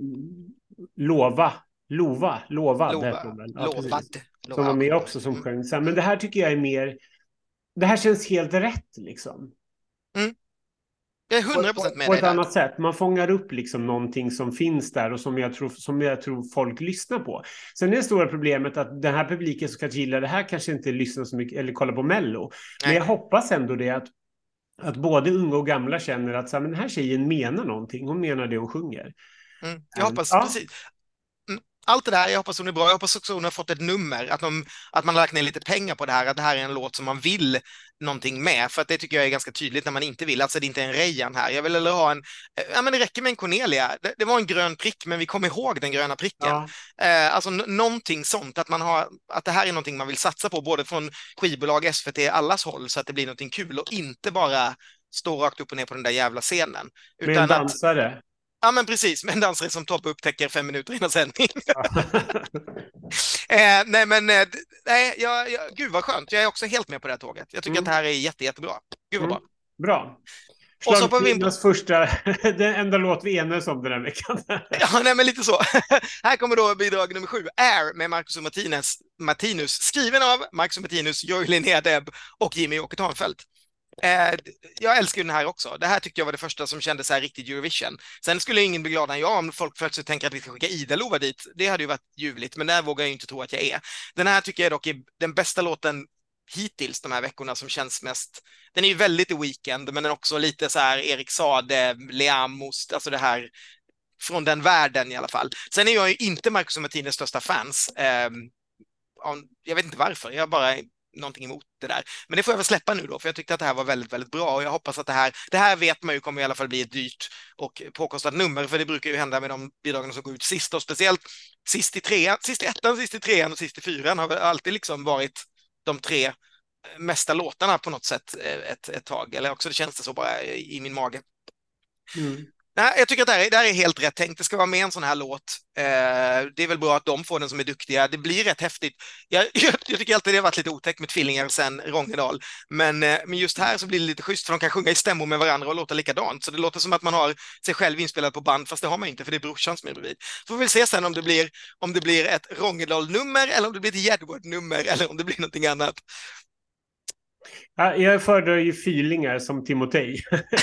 lova, lova, lovad. Lova. Ja, lovad. Som var med också som sjöng. Mm. Men det här tycker jag är mer, det här känns helt rätt liksom. Mm. Jag är hundra procent med på, på dig ett där. annat sätt. Man fångar upp liksom någonting som finns där och som jag tror, som jag tror folk lyssnar på. Sen är det stora problemet att den här publiken som kanske gillar det här kanske inte lyssnar så mycket eller kollar på Mello. Nej. Men jag hoppas ändå det att, att både unga och gamla känner att så här, men den här tjejen menar någonting. Hon menar det hon sjunger. Mm. Jag hoppas ja. precis. Allt det där, jag hoppas hon är bra. Jag hoppas också hon har fått ett nummer, att, de, att man har lagt ner lite pengar på det här, att det här är en låt som man vill någonting med, för att det tycker jag är ganska tydligt när man inte vill, alltså det är inte en Rejan här. Jag vill eller ha en, ja men det räcker med en Cornelia, det, det var en grön prick, men vi kommer ihåg den gröna pricken. Ja. Eh, alltså n- någonting sånt, att man har, att det här är någonting man vill satsa på, både från skivbolag, S V T, allas håll, så att det blir någonting kul och inte bara stå rakt upp och ner på den där jävla scenen. Med en dansare. Att, Ja, men precis. Men en dansare som Tobbe upptäcker fem minuter innan sändning. eh, nej, men eh, nej, jag, jag, gud vad skönt. Jag är också helt med på det här tåget. Jag tycker Mm. att det här är jätte, jättebra. Gud vad Mm. bra. Bra. Och så hoppar vi in på... Schlagertidernas första, den enda låt vi enades om den här veckan. Ja, nej, men lite så. Här kommer då bidrag nummer sju, Air med Marcus och Martinez, Martinus, skriven av Marcus och Martinus, Joy Linnea Deb och Jimmy Åke Törnfeldt. Eh, jag älskar ju den här också. Det här tyckte jag var det första som kändes så här riktigt Eurovision. Sen skulle ingen bli glad än jag om folk plötsligt tänker att vi ska skicka Ida-Lova dit. Det hade ju varit ljuvligt, men där vågar jag inte tro att jag är. Den här tycker jag dock är den bästa låten hittills de här veckorna som känns mest. Den är ju väldigt i Weekend, men den är också lite så här Erik Saade, Leamos, alltså det här från den världen i alla fall. Sen är jag ju inte Marcus och Martinez största fans. Eh, jag vet inte varför, jag bara någonting emot det där. Men det får jag väl släppa nu då, för jag tyckte att det här var väldigt, väldigt bra och jag hoppas att det här, det här vet man ju kommer i alla fall bli ett dyrt och påkostat nummer, för det brukar ju hända med de bidragen som går ut sist och speciellt sist i trean, sist i ettan, sist i trean och sist i fyran har väl alltid liksom varit de tre mesta låtarna på något sätt ett, ett tag, eller också det känns det så bara i min mage. Mm. Nej, jag tycker att det här, är, det här är helt rätt tänkt. Det ska vara med en sån här låt. Eh, det är väl bra att de får den som är duktiga. Det blir rätt häftigt. Jag, jag, jag tycker alltid det har varit lite otäckt med tvillingar sen Rångedal. Men, eh, men just här så blir det lite schysst för de kan sjunga i stämmor med varandra och låta likadant. Så det låter som att man har sig själv inspelad på band, fast det har man inte för det är brorsan som är bredvid. Får vi se sen om det blir, om det blir ett Rångedal-nummer eller om det blir ett Jedward-nummer eller om det blir någonting annat. Ja, jag föredrar ju fylingar som Timotej.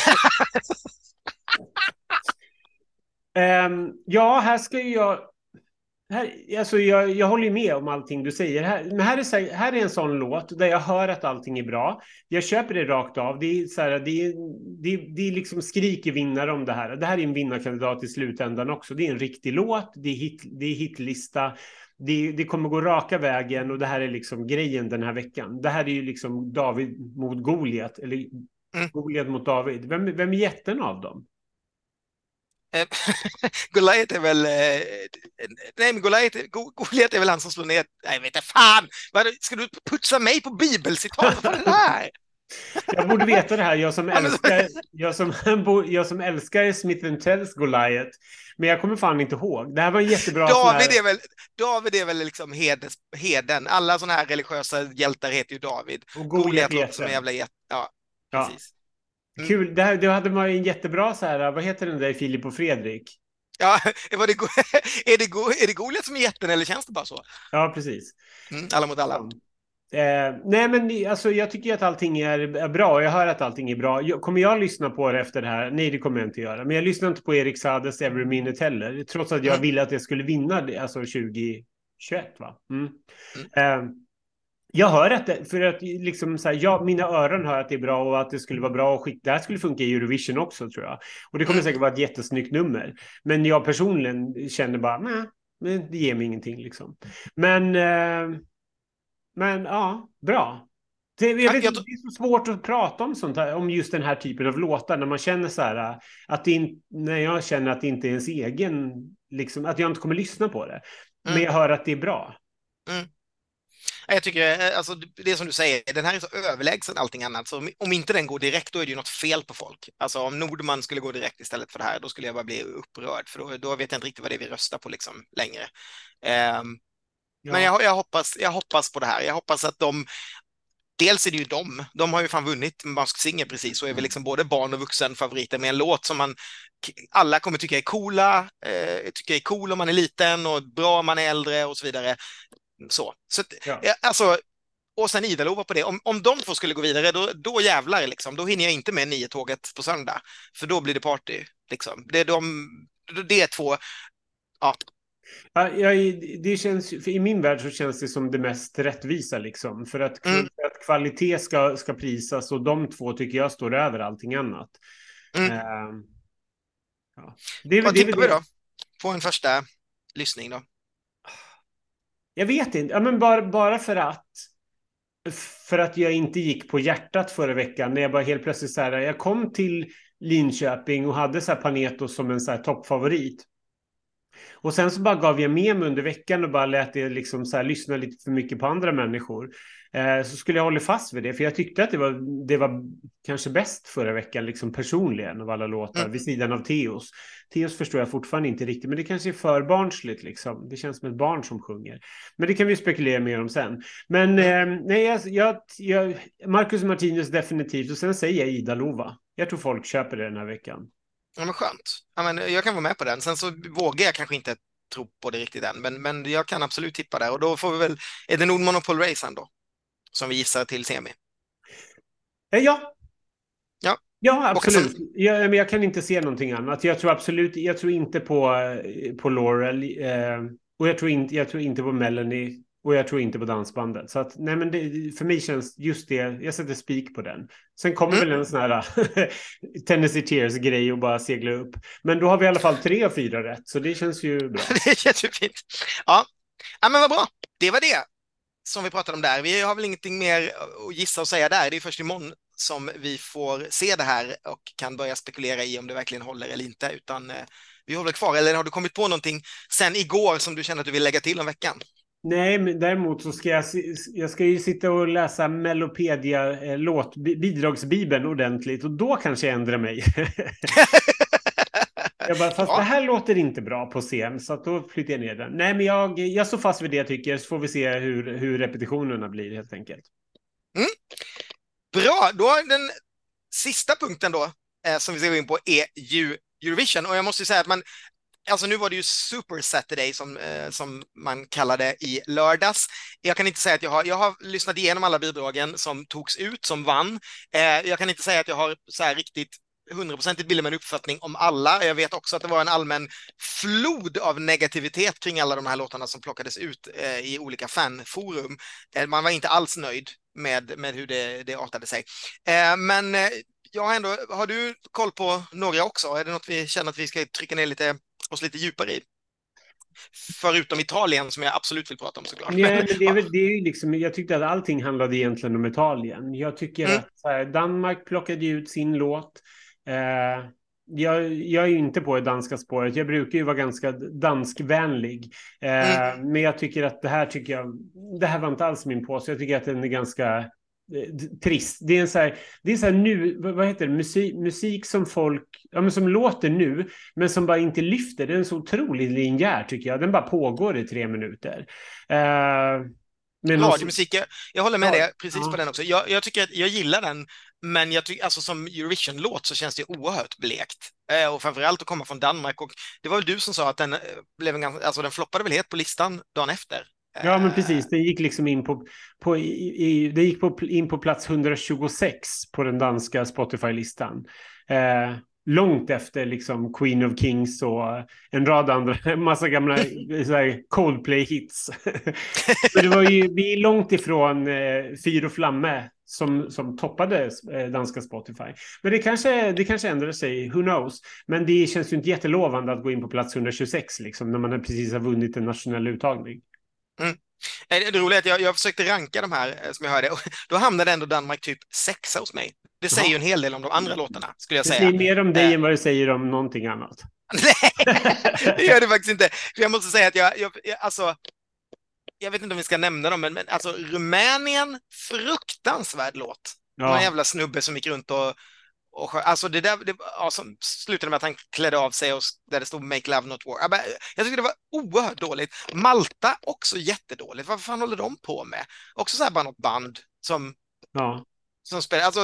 Um, ja, här ska ju jag... Här, alltså jag, jag håller ju med om allting du säger. Här, men här är, så, här är en sån låt där jag hör att allting är bra. Jag köper det rakt av. Det är, så här, det är, det är, det är liksom skriker vinnare om det här. Det här är en vinnarkandidat i slutändan också. Det är en riktig låt. Det är, hit, det är hitlista. Det, det kommer gå raka vägen och det här är liksom grejen den här veckan. Det här är ju liksom David mot Goliat. Eller Mm. Goliat mot David. Vem, vem är jätten av dem? Goliath är väl... Eh, nej, men Goliath, Goliath är väl han som slår ner... Nej, jag vet inte, fan! Ska du putsa mig på bibelcitat? Vad är det här? Jag borde veta det här, jag som älskar, jag som, jag som älskar Smith and Tells Goliath. Men jag kommer fan inte ihåg. Det här var en jättebra... David, här... är väl, David är väl liksom hedes, heden. Alla sådana här religiösa hjältar heter ju David. Och Goliath låter som en jävla jätte. Ja, precis. Ja. Kul, det, här, det hade man ju en jättebra så här, vad heter den där Filip och Fredrik? Ja, var det, är, det, är det Goliath som är jätten eller känns det bara så? Ja, precis. Mm, alla mot alla. Ja. Eh, nej, men alltså, jag tycker att allting är, är bra. Jag hör att allting är bra. Jag, kommer jag lyssna på det efter det här? Nej, det kommer jag inte göra. Men jag lyssnar inte på Erik Saades Every Minute heller. Trots att jag mm. ville att jag skulle vinna det, alltså tjugo tjugoett, va? Mm. Mm. Eh, Jag hör att det, för att liksom så här, ja, mina öron hör att det är bra och att det skulle vara bra och skick. Det här skulle funka i Eurovision också, tror jag. Och det kommer säkert vara ett jättesnyggt nummer. Men jag personligen känner bara, nej, men det ger mig ingenting liksom. Men, eh, men ja, bra. Det, jag vet, det är så svårt att prata om sånt här, om just den här typen av låtar när man känner så här att det in, när jag känner att det inte är ens egen, liksom, att jag inte kommer lyssna på det. Men Mm. jag hör att det är bra. Mm. Jag tycker, alltså, det är som du säger, den här är så överlägsen allting annat, så om inte den går direkt, då är det ju något fel på folk. Alltså om Nordman skulle gå direkt istället för det här, då skulle jag bara bli upprörd, för då, då vet jag inte riktigt vad det är vi röstar på liksom längre. Um, ja. Men jag, jag, hoppas, jag hoppas på det här. Jag hoppas att de, dels är det ju de, de har ju fan vunnit Mask Singer precis, och är väl liksom både barn och vuxen favoriter med en låt som man alla kommer tycka är coola, eh, tycker är cool om man är liten och bra om man är äldre och så vidare. Så, så ja. Alltså, och sen Ida-Lova på det. Om, om de två skulle gå vidare, då, då jävlar liksom. Då hinner jag inte med nio tåget på söndag. För då blir det party liksom. Det är de, det är två, ja. Ja, jag, det känns, för i min värld så känns det som det mest rättvisa liksom. För att, mm. för att kvalitet ska, ska prisas och de två tycker jag står över allting annat. Mm. Uh, ja. det, Vad det, tippar det, vi då? På en första lyssning då? Jag vet inte, ja, men bara, bara för att för att jag inte gick på hjärtat förra veckan när jag bara helt plötsligt så här, jag kom till Linköping och hade så här Paneto som en så här toppfavorit. Och sen så bara gav jag med mig under veckan och bara lät det liksom så här, lyssna lite för mycket på andra människor. Eh, så skulle jag hålla fast vid det, för jag tyckte att det var, det var kanske bäst förra veckan, liksom personligen av alla låtar, Mm. vid sidan av Theos. Theos förstår jag fortfarande inte riktigt, men det kanske är för barnsligt liksom. Det känns som ett barn som sjunger. Men det kan vi spekulera mer om sen. Men Mm. eh, nej, jag, jag, jag, Marcus Martinus definitivt, och sen säger jag Ida Lova. Jag tror folk köper det den här veckan. Ja, men skönt. Ja, men jag kan vara med på den. Sen så vågar jag kanske inte tro på det riktigt än, men, men jag kan absolut tippa där. Och då får vi väl, är det Nord Monopol Racen då? Som vi gissar till semi. Eh, ja, Ja, ja, och sen, absolut. Jag, men jag kan inte se någonting annat. Jag tror absolut, jag tror inte på, eh, på Laurel. Eh, och jag tror, inte, jag tror inte på Melanie. Och jag tror inte på dansbandet. Så att, nej men det, för mig känns just det, jag sätter spik på den. Sen kommer mm, väl en sån här Tennessee Tears-grej och bara segla upp. Men då har vi i alla fall tre av fyra rätt, så det känns ju bra. det är jättefint. Ja. Ja, men vad bra. Det var det som vi pratade om där. Vi har väl ingenting mer att gissa och säga där. Det är först imorgon som vi får se det här och kan börja spekulera i om det verkligen håller eller inte, utan eh, vi håller kvar. Eller har du kommit på någonting sen igår som du känner att du vill lägga till om veckan? Nej, men däremot så ska jag, jag ska ju sitta och läsa Mellopedia eh, låt, bidragsbibeln ordentligt, och då kanske jag ändrar mig. Jag bara, fast det Ja. här låter inte bra på scen, så att då flyttar jag ner den. Nej, men jag, jag står fast vid det jag tycker, så får vi se hur, hur repetitionerna blir helt enkelt. Mm. Bra, då har den sista punkten då eh, som vi ska gå in på är ju Eurovision, och jag måste ju säga att man, alltså nu var det ju Super Saturday som, eh, som man kallade i lördags. Jag kan inte säga att jag har, jag har lyssnat igenom alla bidragen som togs ut, som vann. Eh, jag kan inte säga att jag har så här riktigt hundraprocentigt billig med en uppfattning om alla. Jag vet också att det var en allmän flod av negativitet kring alla de här låtarna som plockades ut eh, i olika fanforum. Eh, man var inte alls nöjd med, med hur det, det artade sig. Eh, men eh, jag har ändå, har du koll på några också? Är det något vi känner att vi ska trycka ner lite, oss lite djupare i? Förutom Italien som jag absolut vill prata om såklart. Nej, Men, men det är ja. väl, det är ju liksom, jag tyckte att allting handlade egentligen om Italien. Jag tycker Mm. att så här, Danmark plockade ju ut sin låt. Eh, jag, jag är ju inte på det danska spåret. Jag brukar ju vara ganska danskvänlig. Mm. Eh, men jag tycker att det här tycker jag, det här var inte alls min påse. Jag tycker att den är ganska eh, trist. Det är en så här, det är så här nu, vad heter det, musik, musik som folk, ja men som låter nu, men som bara inte lyfter. Det är en så otroligt linjär tycker jag. Den bara pågår i tre minuter. Uh, men Radiomusik, jag, jag håller med Ja, dig precis ja. på den också. Jag, jag tycker att jag gillar den, men jag tycker alltså som Eurovision-låt så känns det oerhört blekt. Eh, och framförallt att komma från Danmark, och det var väl du som sa att den eh, blev en ganska, alltså den floppade väl helt på listan dagen efter. Ja, men Eh, precis. Den gick liksom in på, på, i, i, det gick på, in på plats hundratjugosex på den danska Spotify-listan. Eh, långt efter liksom Queen of Kings och en rad andra, en massa gamla så här, Coldplay-hits. Men det var ju, vi är långt ifrån eh, Fyr och Flamme som, som toppade eh, danska Spotify. Men det kanske, det kanske ändrar sig, who knows. Men det känns ju inte jättelovande att gå in på plats hundratjugosex liksom, när man precis har vunnit en nationell uttagning. mm. Eh, Det roliga är att jag, jag försökte ranka de här eh, som jag hörde, och då hamnade ändå Danmark typ sexa hos mig. Det säger ju Jaha. en hel del om de andra låtarna, skulle jag Det säga. säger mer om dig Eh, än vad det säger om någonting annat. Nej, det gör det faktiskt inte. För jag måste säga att jag, jag, jag alltså, jag vet inte om vi ska nämna dem, men, men alltså Rumänien, fruktansvärd låt. Någon Ja, jävla snubbe som gick runt och, och sjö- alltså det där, det, ja, som slutade med att han klädde av sig och s- där det stod Make Love Not War. Jag, bara, jag tycker det var oerhört dåligt. Malta också jättedåligt. Vad fan håller de på med? Också så här bara något band som, ja. som spelar, alltså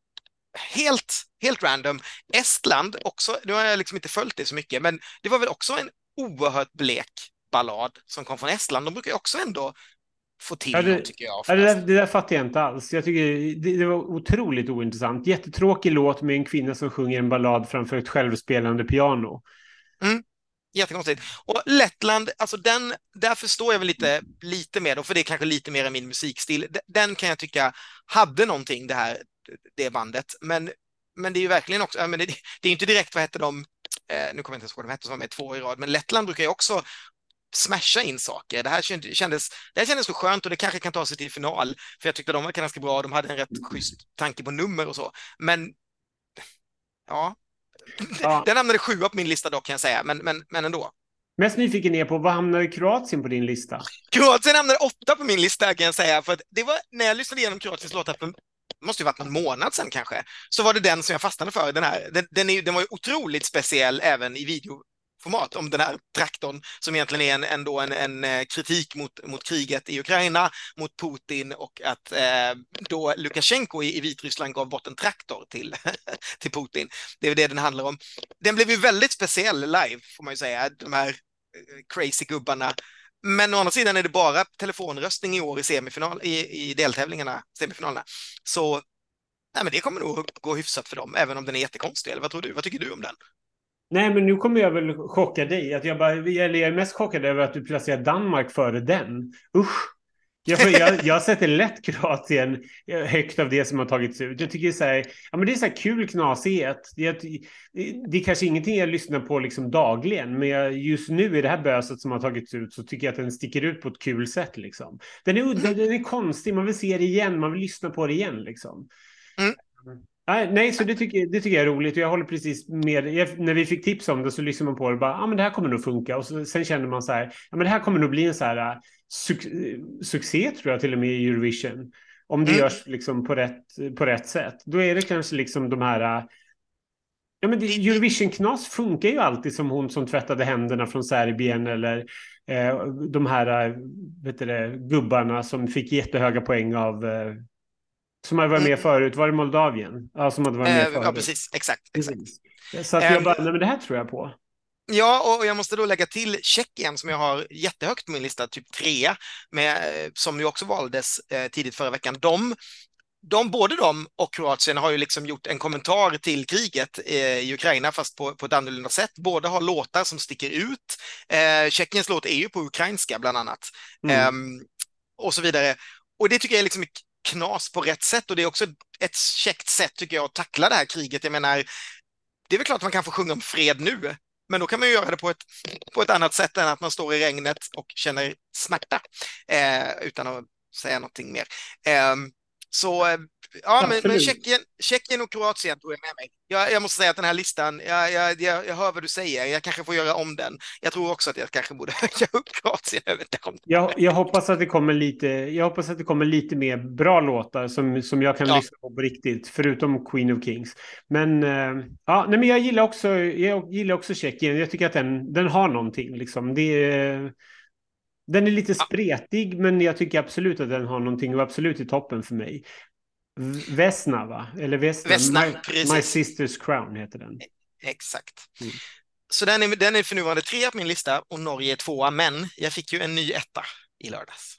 helt, helt random. Estland också, nu har jag liksom inte följt det så mycket, men det var väl också en oerhört blek ballad som kom från Estland. De brukar ju också ändå få till Ja, något, det, tycker jag ja, det, där, oftast. det där fattar jag inte alls. Jag tycker det, det var otroligt ointressant. Jättetråkig låt med en kvinna som sjunger en ballad framför ett självspelande piano. Mm. Jättekonstigt. Och Lettland, alltså den, där förstår jag väl lite, lite mer då, för det är kanske lite mer i min musikstil. D- Den kan jag tycka hade någonting, det här, det bandet. Men, men det är ju verkligen också, ja, men det, det är ju inte direkt, vad heter de, eh, nu kommer jag inte ihåg vad de hette som var med två i rad, men Lettland brukar ju också smasha in saker. Det här kändes, det här kändes så skönt, och det kanske kan ta sig till final, för jag tyckte de var ganska bra, de hade en rätt schysst tanke på nummer och så. Men ja, Ja, den hamnade sjua på min lista dock, kan jag säga, men, men, men ändå. Mest nyfiken är på vad hamnar Kroatien på din lista? Kroatien hamnade åtta på min lista kan jag säga, för att det var när jag lyssnade igenom Kroatiens låtar för det måste ju varit någon månad sedan kanske, så var det den som jag fastnade för. Den här, den, den, är, den var ju otroligt speciell även i videoformat om den här traktorn som egentligen är en, ändå en, en eh, kritik mot, mot kriget i Ukraina, mot Putin och att eh, då Lukasjenko i, i Vitryssland gav bort en traktor till, till Putin. Det är det den handlar om. Den blev ju väldigt speciell live får man ju säga, de här crazy gubbarna. Men å andra sidan är det bara telefonröstning i år i semifinal i, i deltävlingarna, semifinalerna. Så nej, men det kommer nog gå hyfsat för dem, även om den är jättekonstig. Eller vad tror du? Vad tycker du om den? Nej, men nu kommer jag väl chocka dig. Att jag, bara, jag är mest chockad över att du placerar Danmark före den. Usch! Jag, jag, jag sätter lätt Kroatien högt av det som har tagits ut. Jag tycker så här, ja, men det är så här kul knasighet. Det, det är kanske ingenting jag lyssnar på liksom dagligen, men jag, just nu i det här böset som har tagits ut så tycker jag att den sticker ut på ett kul sätt. Liksom. Den är udda, den är konstig, man vill se det igen, man vill lyssna på det igen. Liksom. Mm. Nej, nej, så det tycker, det tycker jag är roligt. Jag håller precis med. Jag, när vi fick tips om det så lyssnade man på det och bara, ja ah, men det här kommer nog funka. Och så, sen känner man så här, ja men det här kommer nog bli en så här uh, su succé tror jag till och med i Eurovision. Om det mm. görs liksom på rätt, på rätt sätt. Då är det kanske liksom de här... Uh, ja men det, Eurovision-knas funkar ju alltid som hon som tvättade händerna från Serbien eller uh, de här uh, vet du det, gubbarna som fick jättehöga poäng av... Uh, Som hade varit med mm. förut. Var det Moldavien? Ja, som hade varit med uh, förut. Ja, precis. Exakt. exakt. Så att jag bara, nej men det här tror jag på. Ja, och jag måste då lägga till Tjeckien som jag har jättehögt på min lista, typ trea, med, som ju också valdes eh, tidigt förra veckan. De, de, både de och Kroatien har ju liksom gjort en kommentar till kriget eh, i Ukraina fast på, på ett annorlunda sätt. Båda har låtar som sticker ut. Eh, Tjeckiens låt är ju på ukrainska bland annat. Mm. Eh, och så vidare. Och det tycker jag är liksom knas på rätt sätt och det är också ett käckt sätt tycker jag att tackla det här kriget. Jag menar, det är väl klart att man kan få sjunga om fred nu, men då kan man ju göra det på ett, på ett annat sätt än att man står i regnet och känner smärta eh, utan att säga någonting mer. Eh, så ja, men, men Tjeckien, Tjeckien och Kroatien tog jag med mig. Jag, jag måste säga att den här listan, jag, jag, jag, jag hör vad du säger, jag kanske får göra om den. Jag tror också att jag kanske borde höja upp Kroatien över dem. Jag, jag hoppas att det kommer lite, jag hoppas att det kommer lite mer bra låtar som, som jag kan ja. lyssna på på riktigt, förutom Queen of Kings. Men, äh, ja, nej, men jag gillar också, jag gillar också Tjeckien. Jag tycker att den, den har någonting liksom. Det är, den är lite spretig, ja. men jag tycker absolut att den har någonting och absolut i toppen för mig. Vesna, va? Eller Vesna. Vesna, My, My Sister's Crown heter den. Exakt. Mm. Så den är, den är för nuvarande tre på min lista och Norge är tvåa, men jag fick ju en ny etta i lördags.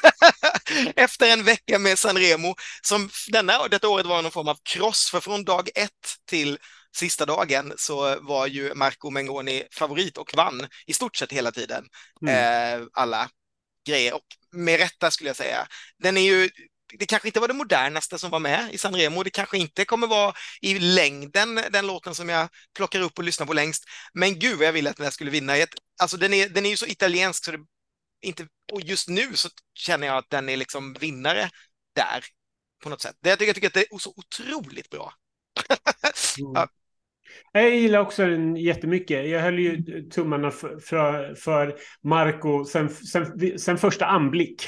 Efter en vecka med Sanremo, som denna, detta året var någon form av kross, för från dag ett till sista dagen så var ju Marco Mengoni favorit och vann i stort sett hela tiden. Mm. Eh, alla grejer, och med rätta skulle jag säga. Den är ju Det kanske inte var det modernaste som var med i Sanremo. Det kanske inte kommer vara i längden den låten som jag plockar upp och lyssnar på längst. Men gud vad jag ville att den här skulle vinna. Alltså den är, den är ju så italiensk så det inte, och just nu så känner jag att den är liksom vinnare där på något sätt. Jag tycker, jag tycker att det är så otroligt bra. Mm. Ja. Jag gillar också den jättemycket. Jag höll ju tummarna för, för, för Marco sen, sen, sen första anblick.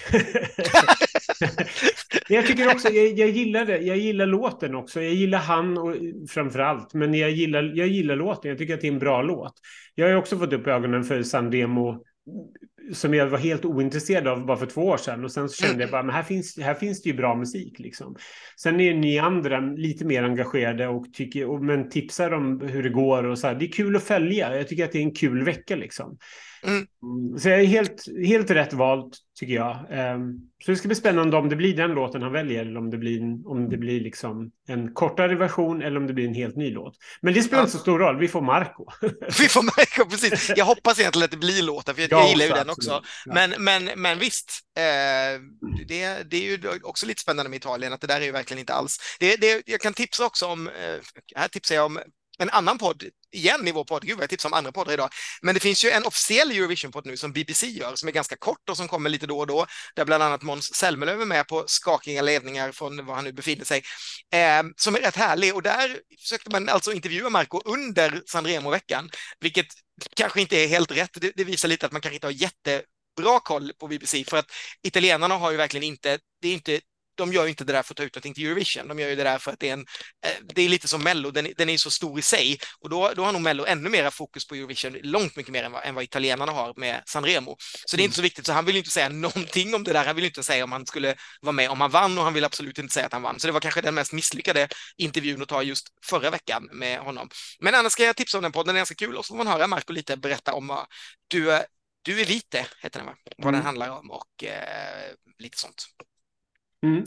Jag tycker också, jag, jag gillar det. Jag gillar låten också. Jag gillar han och, framförallt. Men jag gillar, jag gillar låten. Jag tycker att det är en bra låt. Jag har också fått upp ögonen för Sanremo som jag var helt ointresserad av bara för två år sedan. Och sen så kände jag bara, men här finns, här finns det ju bra musik liksom. Sen är ni andra lite mer engagerade och tycker, och, men tipsar om hur det går och så här. Det är kul att följa. Jag tycker att det är en kul vecka liksom. Mm. Så jag är helt, helt rätt valt tycker jag. Um, så det ska bli spännande om det blir den låten han väljer eller om det blir, om det blir liksom en kortare version eller om det blir en helt ny låt. Men det spelar ja. inte så stor roll, vi får Marco. Vi får Marco, precis. Jag hoppas egentligen att det blir låten för jag, jag gillar ju den också. Ja. Men, men, men visst, eh, det, det är ju också lite spännande med Italien att det där är ju verkligen inte alls. Det, det, jag kan tipsa också om, eh, här tipsar jag om en annan podd igen i vår podd. Gud, jag tipsar om andra poddar idag. Men det finns ju en officiell Eurovision-podd nu som B B C gör, som är ganska kort och som kommer lite då och då, där bland annat Måns Zelmerlöw är med på skakiga ledningar från var han nu befinner sig, eh, som är rätt härlig. Och där försökte man alltså intervjua Marco under Sanremo-veckan, vilket kanske inte är helt rätt. Det, det visar lite att man kanske inte har jättebra koll på B B C, för att italienarna har ju verkligen inte, det är inte de gör ju inte det där för att ta ut någonting till Eurovision. De gör ju det där för att det är en, det är lite som Mello, den, den är så stor i sig. Och då, då har nog Mello ännu mer fokus på Eurovision, långt mycket mer än vad, än vad italienarna har med Sanremo. Så det är inte så viktigt, så han vill ju inte säga någonting om det där. Han vill inte säga om han skulle vara med om han vann, och han vill absolut inte säga att han vann. Så det var kanske den mest misslyckade intervjun att ta just förra veckan med honom. Men annars ska jag tipsa om den podden, den är ganska kul. Och så får man höra Marco lite berätta om vad du, du är vite, heter den va? Vad mm. den handlar om och eh, lite sånt. Mm.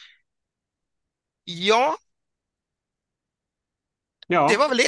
Ja. Ja. Det var väl det.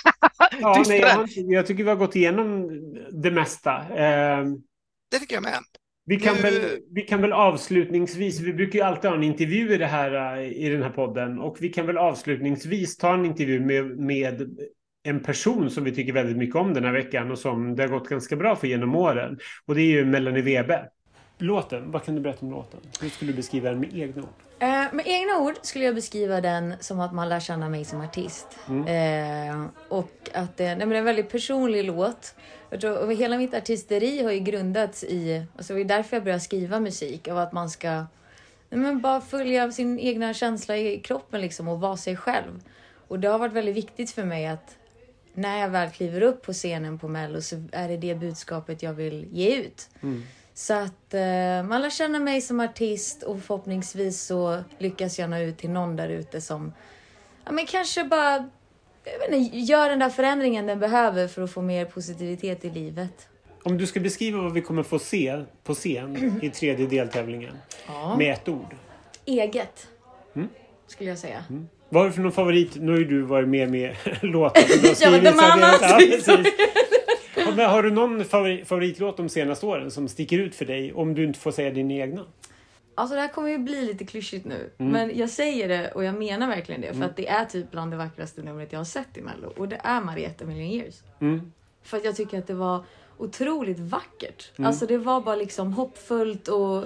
ja, nej, jag, jag tycker vi har gått igenom det mesta. Eh, det tycker jag med. Vi kan, nu... väl, vi kan väl avslutningsvis, vi brukar ju alltid ha en intervju i, det här, i den här podden, och vi kan väl avslutningsvis ta en intervju med, med en person som vi tycker väldigt mycket om den här veckan och som det har gått ganska bra för genom åren. Och det är ju Melanie Webe. Låten, vad kan du berätta om låten? Hur skulle du beskriva den med egna ord? Uh, med egna ord skulle jag beskriva den som att man lär känna mig som artist. Mm. Uh, och att det, nej, men det är en väldigt personlig låt. Jag tror, och hela mitt artisteri har ju grundats i, alltså det är därför jag började skriva musik, av att man ska nej, men bara följa sin egna känsla i kroppen liksom, och vara sig själv. Och det har varit väldigt viktigt för mig att när jag väl kliver upp på scenen på Mello så är det det budskapet jag vill ge ut. Mm. Så att eh, man lär känna mig som artist, och förhoppningsvis så lyckas jag nå ut till någon där ute som ja, men kanske bara jag vet inte, gör den där förändringen den behöver för att få mer positivitet i livet. Om du ska beskriva vad vi kommer få se på scen mm. i tredje deltävlingen ja. med ett ord. Eget, mm. skulle jag säga. Mm. Vad är det för någon favorit? Nu har ju du varit med med låtar som du har skrivit. ja, men det ja, precis. Men har du någon favorit, favoritlåt de senaste åren som sticker ut för dig, om du inte får säga din egna? Alltså det här kommer ju bli lite klyschigt nu. Mm. Men jag säger det och jag menar verkligen det. För mm. att det är typ bland det vackraste numret jag har sett i Mello. Och det är Marietta Million Years. Mm. För att jag tycker att det var otroligt vackert. Mm. Alltså det var bara liksom hoppfullt, och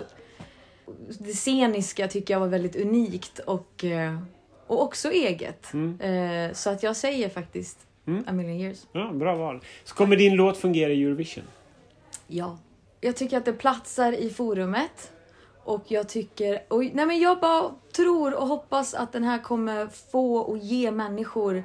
det sceniska tycker jag var väldigt unikt. Och, och också eget. Mm. Så att jag säger faktiskt Mm. A Million Years. Ja, bra val. Så kommer din låt fungera i Eurovision? Ja. Jag tycker att det platsar i forumet. Och jag tycker... Och, nej men jag bara tror och hoppas att den här kommer få och ge människor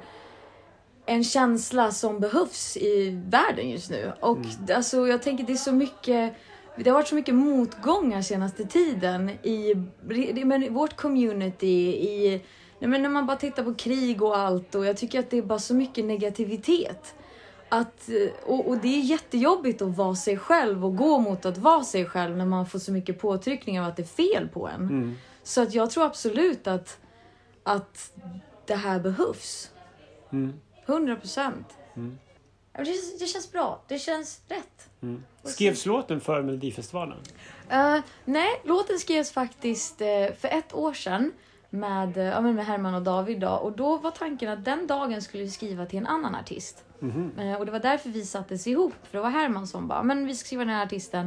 en känsla som behövs i världen just nu. Och mm. alltså, jag tänker det är så mycket... Det har varit så mycket motgångar senaste tiden i, i vårt community, i... Nej, men när man bara tittar på krig och allt, och jag tycker att det är bara så mycket negativitet. Att, och, och det är jättejobbigt att vara sig själv och gå mot att vara sig själv när man får så mycket påtryckningar av att det är fel på en. Mm. Så att jag tror absolut att, att det här behövs. Mm. hundra procent. Mm. Det, det känns bra. Det känns rätt. Mm. Skrevs låten för Melodifestivalen? Uh, nej, låten skrevs faktiskt uh, för ett år sedan. Med, ja, med Herman och David då. Och då var tanken att den dagen skulle vi skriva till en annan artist. Mm-hmm. eh, och det var därför vi sattes ihop. För det var Herman som bara, men vi ska skriva den här artisten.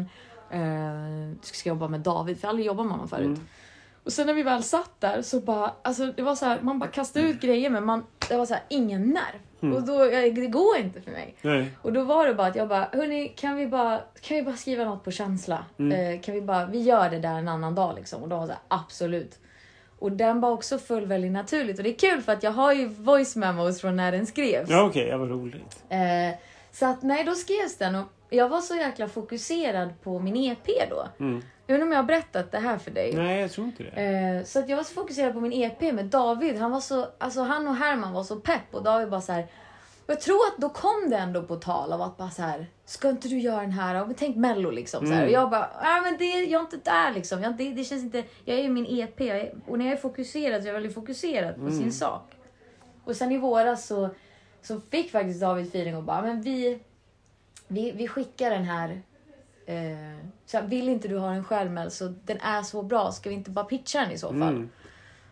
Eh, ska jobba med David, för jag aldrig jobbat med honom förut. Mm. Och sen när vi väl satt där så bara, alltså det var så här, man bara kastade ut grejer, men man, det var så här, ingen nerv. Mm. Och då, det går inte för mig. Nej. Och då var det bara att jag bara, hörni, kan vi bara, kan vi bara skriva något på känsla? Mm. Eh, kan vi bara, vi gör det där en annan dag liksom. Och då var det så här, absolut. Och den var också full väldigt naturligt. Och det är kul för att jag har ju voice memos från när den skrevs. Ja, okej. Okay, det var roligt. Eh, så att nej, då skrevs den. Och jag var så jäkla fokuserad på min E P då. Mm. Jag vet inte om jag har berättat det här för dig. Nej, jag tror inte det. Eh, så att jag var så fokuserad på min E P med David. Han var så, alltså han och Herman var så pepp. Och David bara så här. Och jag tror att då kom det ändå på tal av att bara så här, ska inte du göra den här? Och tänk Mello liksom. Så här. Mm. Och jag bara, nej men det, jag är inte där liksom. Jag, det, det känns inte, jag är ju min E P. Jag är, och när jag är fokuserad så är jag väldigt fokuserad på mm. sin sak. Och sen i våras så, så fick faktiskt David feeling och bara, men vi, vi, vi skickar den här. Eh, så här, vill inte du ha den själv, så den är så bra. Ska vi inte bara pitcha den i så fall? Mm.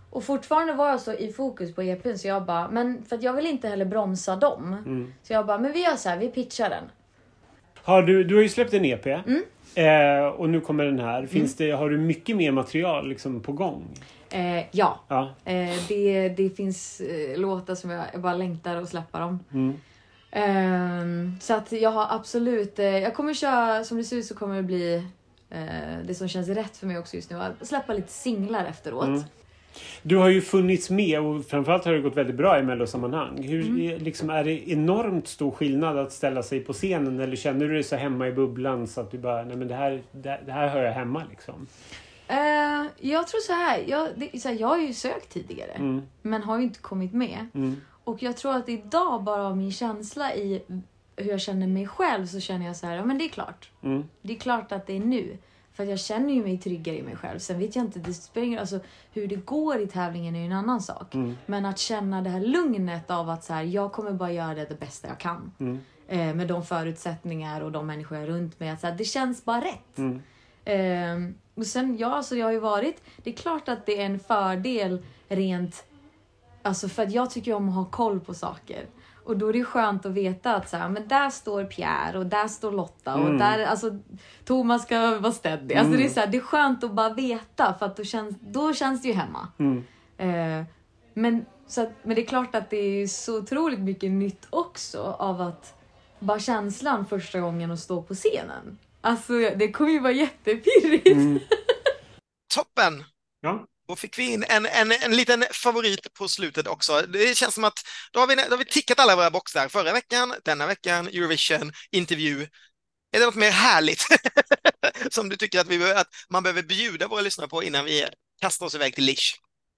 Och fortfarande var jag så i fokus på E P:n så jag bara, men för att jag vill inte heller bromsa dem. Mm. Så jag bara, men vi gör så här, vi pitchar den. Har du, du har ju släppt en E P. Mm. Eh, och nu kommer den här. Finns mm. det, har du mycket mer material liksom på gång? Eh, ja. ja. Eh, det, det finns eh, låtar som jag, jag bara längtar att släppa dem. Mm. Eh, så att jag har absolut... Eh, jag kommer köra, som det ser ut så kommer det bli eh, det som känns rätt för mig också just nu. Att släppa lite singlar efteråt. Mm. Du har ju funnits med och framförallt har det gått väldigt bra i mellosammanhang. Hur, mm. liksom, är det enormt stor skillnad att ställa sig på scenen eller känner du dig så hemma i bubblan så att du bara, nej men det här, det, det här hör jag hemma liksom? Uh, jag tror så här, jag, det, så här, jag har ju sökt tidigare mm. men har ju inte kommit med. Mm. Och jag tror att idag bara av min känsla i hur jag känner mig själv så känner jag så här, ja men det är klart. Mm. Det är klart att det är nu. För att jag känner ju mig tryggare i mig själv. Sen vet jag inte, det spelar, alltså, hur det går i tävlingen är ju en annan sak. Mm. Men att känna det här lugnet av att så här, jag kommer bara göra det, det bästa jag kan. Mm. Eh, med de förutsättningar och de människor jag är runt med. Att, så här, det känns bara rätt. Mm. Eh, och sen, ja, alltså, jag har ju varit... Det är klart att det är en fördel rent... Alltså för att jag tycker om att ha koll på saker. Och då är det skönt att veta att så här, men där står Pierre och där står Lotta och mm. där, alltså Thomas ska vara steady. Alltså mm. det är så här, det är skönt att bara veta för att då känns, då känns det ju hemma. Mm. Eh, men, så att, men det är klart att det är så otroligt mycket nytt också av att bara känslan första gången att stå på scenen. Alltså det kommer ju vara jättepirrigt. Mm. Toppen! Ja. Då fick vi in en, en, en liten favorit på slutet också. Det känns som att då har vi, då har vi tickat alla våra boxar. Förra veckan, denna veckan, Eurovision, intervju. Är det något mer härligt som du tycker att, vi, att man behöver bjuda våra lyssnare på innan vi kastar oss iväg till Lish?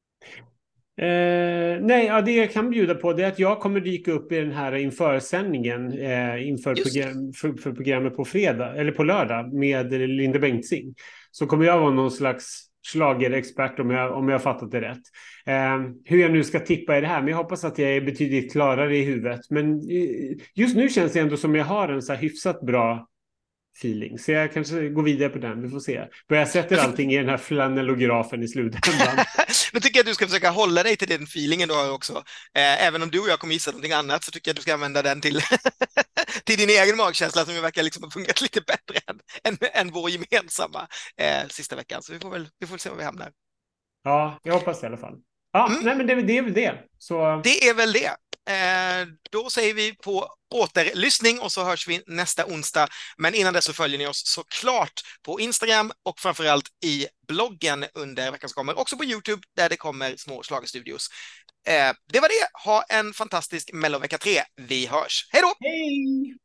Eh, nej, ja, det jag kan bjuda på det är att jag kommer dyka upp i den här införsändningen eh, inför program, för, för programmet på fredag, eller på lördag med Linda Bengtzing. Så kommer jag vara någon slags schlagerexpert om jag, om jag har fattat det rätt. Eh, hur jag nu ska tippa i det här, men jag hoppas att jag är betydligt klarare i huvudet. Men eh, just nu känns det ändå som jag har en så här hyfsat bra feeling. Så jag kanske går vidare på den, vi får se. För jag sätter allting i den här flanellografen i slutändan. Men tycker jag att du ska försöka hålla dig till den feelingen du har också. Eh, även om du och jag kommer gissa någonting annat så tycker jag att du ska använda den till, till din egen magkänsla som ju verkar liksom ha fungerat lite bättre än, än, än vår gemensamma eh, sista veckan. Så vi får väl vi får se var vi hamnar. Ja, jag hoppas i alla fall. Ja, mm. nej men det, det är väl det. Så... Det är väl det. Eh, då säger vi på återlyssning och så hörs vi nästa onsdag. Men innan dess så följer ni oss såklart på Instagram och framförallt i bloggen under veckans kommer. Också på YouTube där det kommer små schlagerstudios. Eh, det var det. Ha en fantastisk Mellovecka tre. Vi hörs. Hej då! Hej!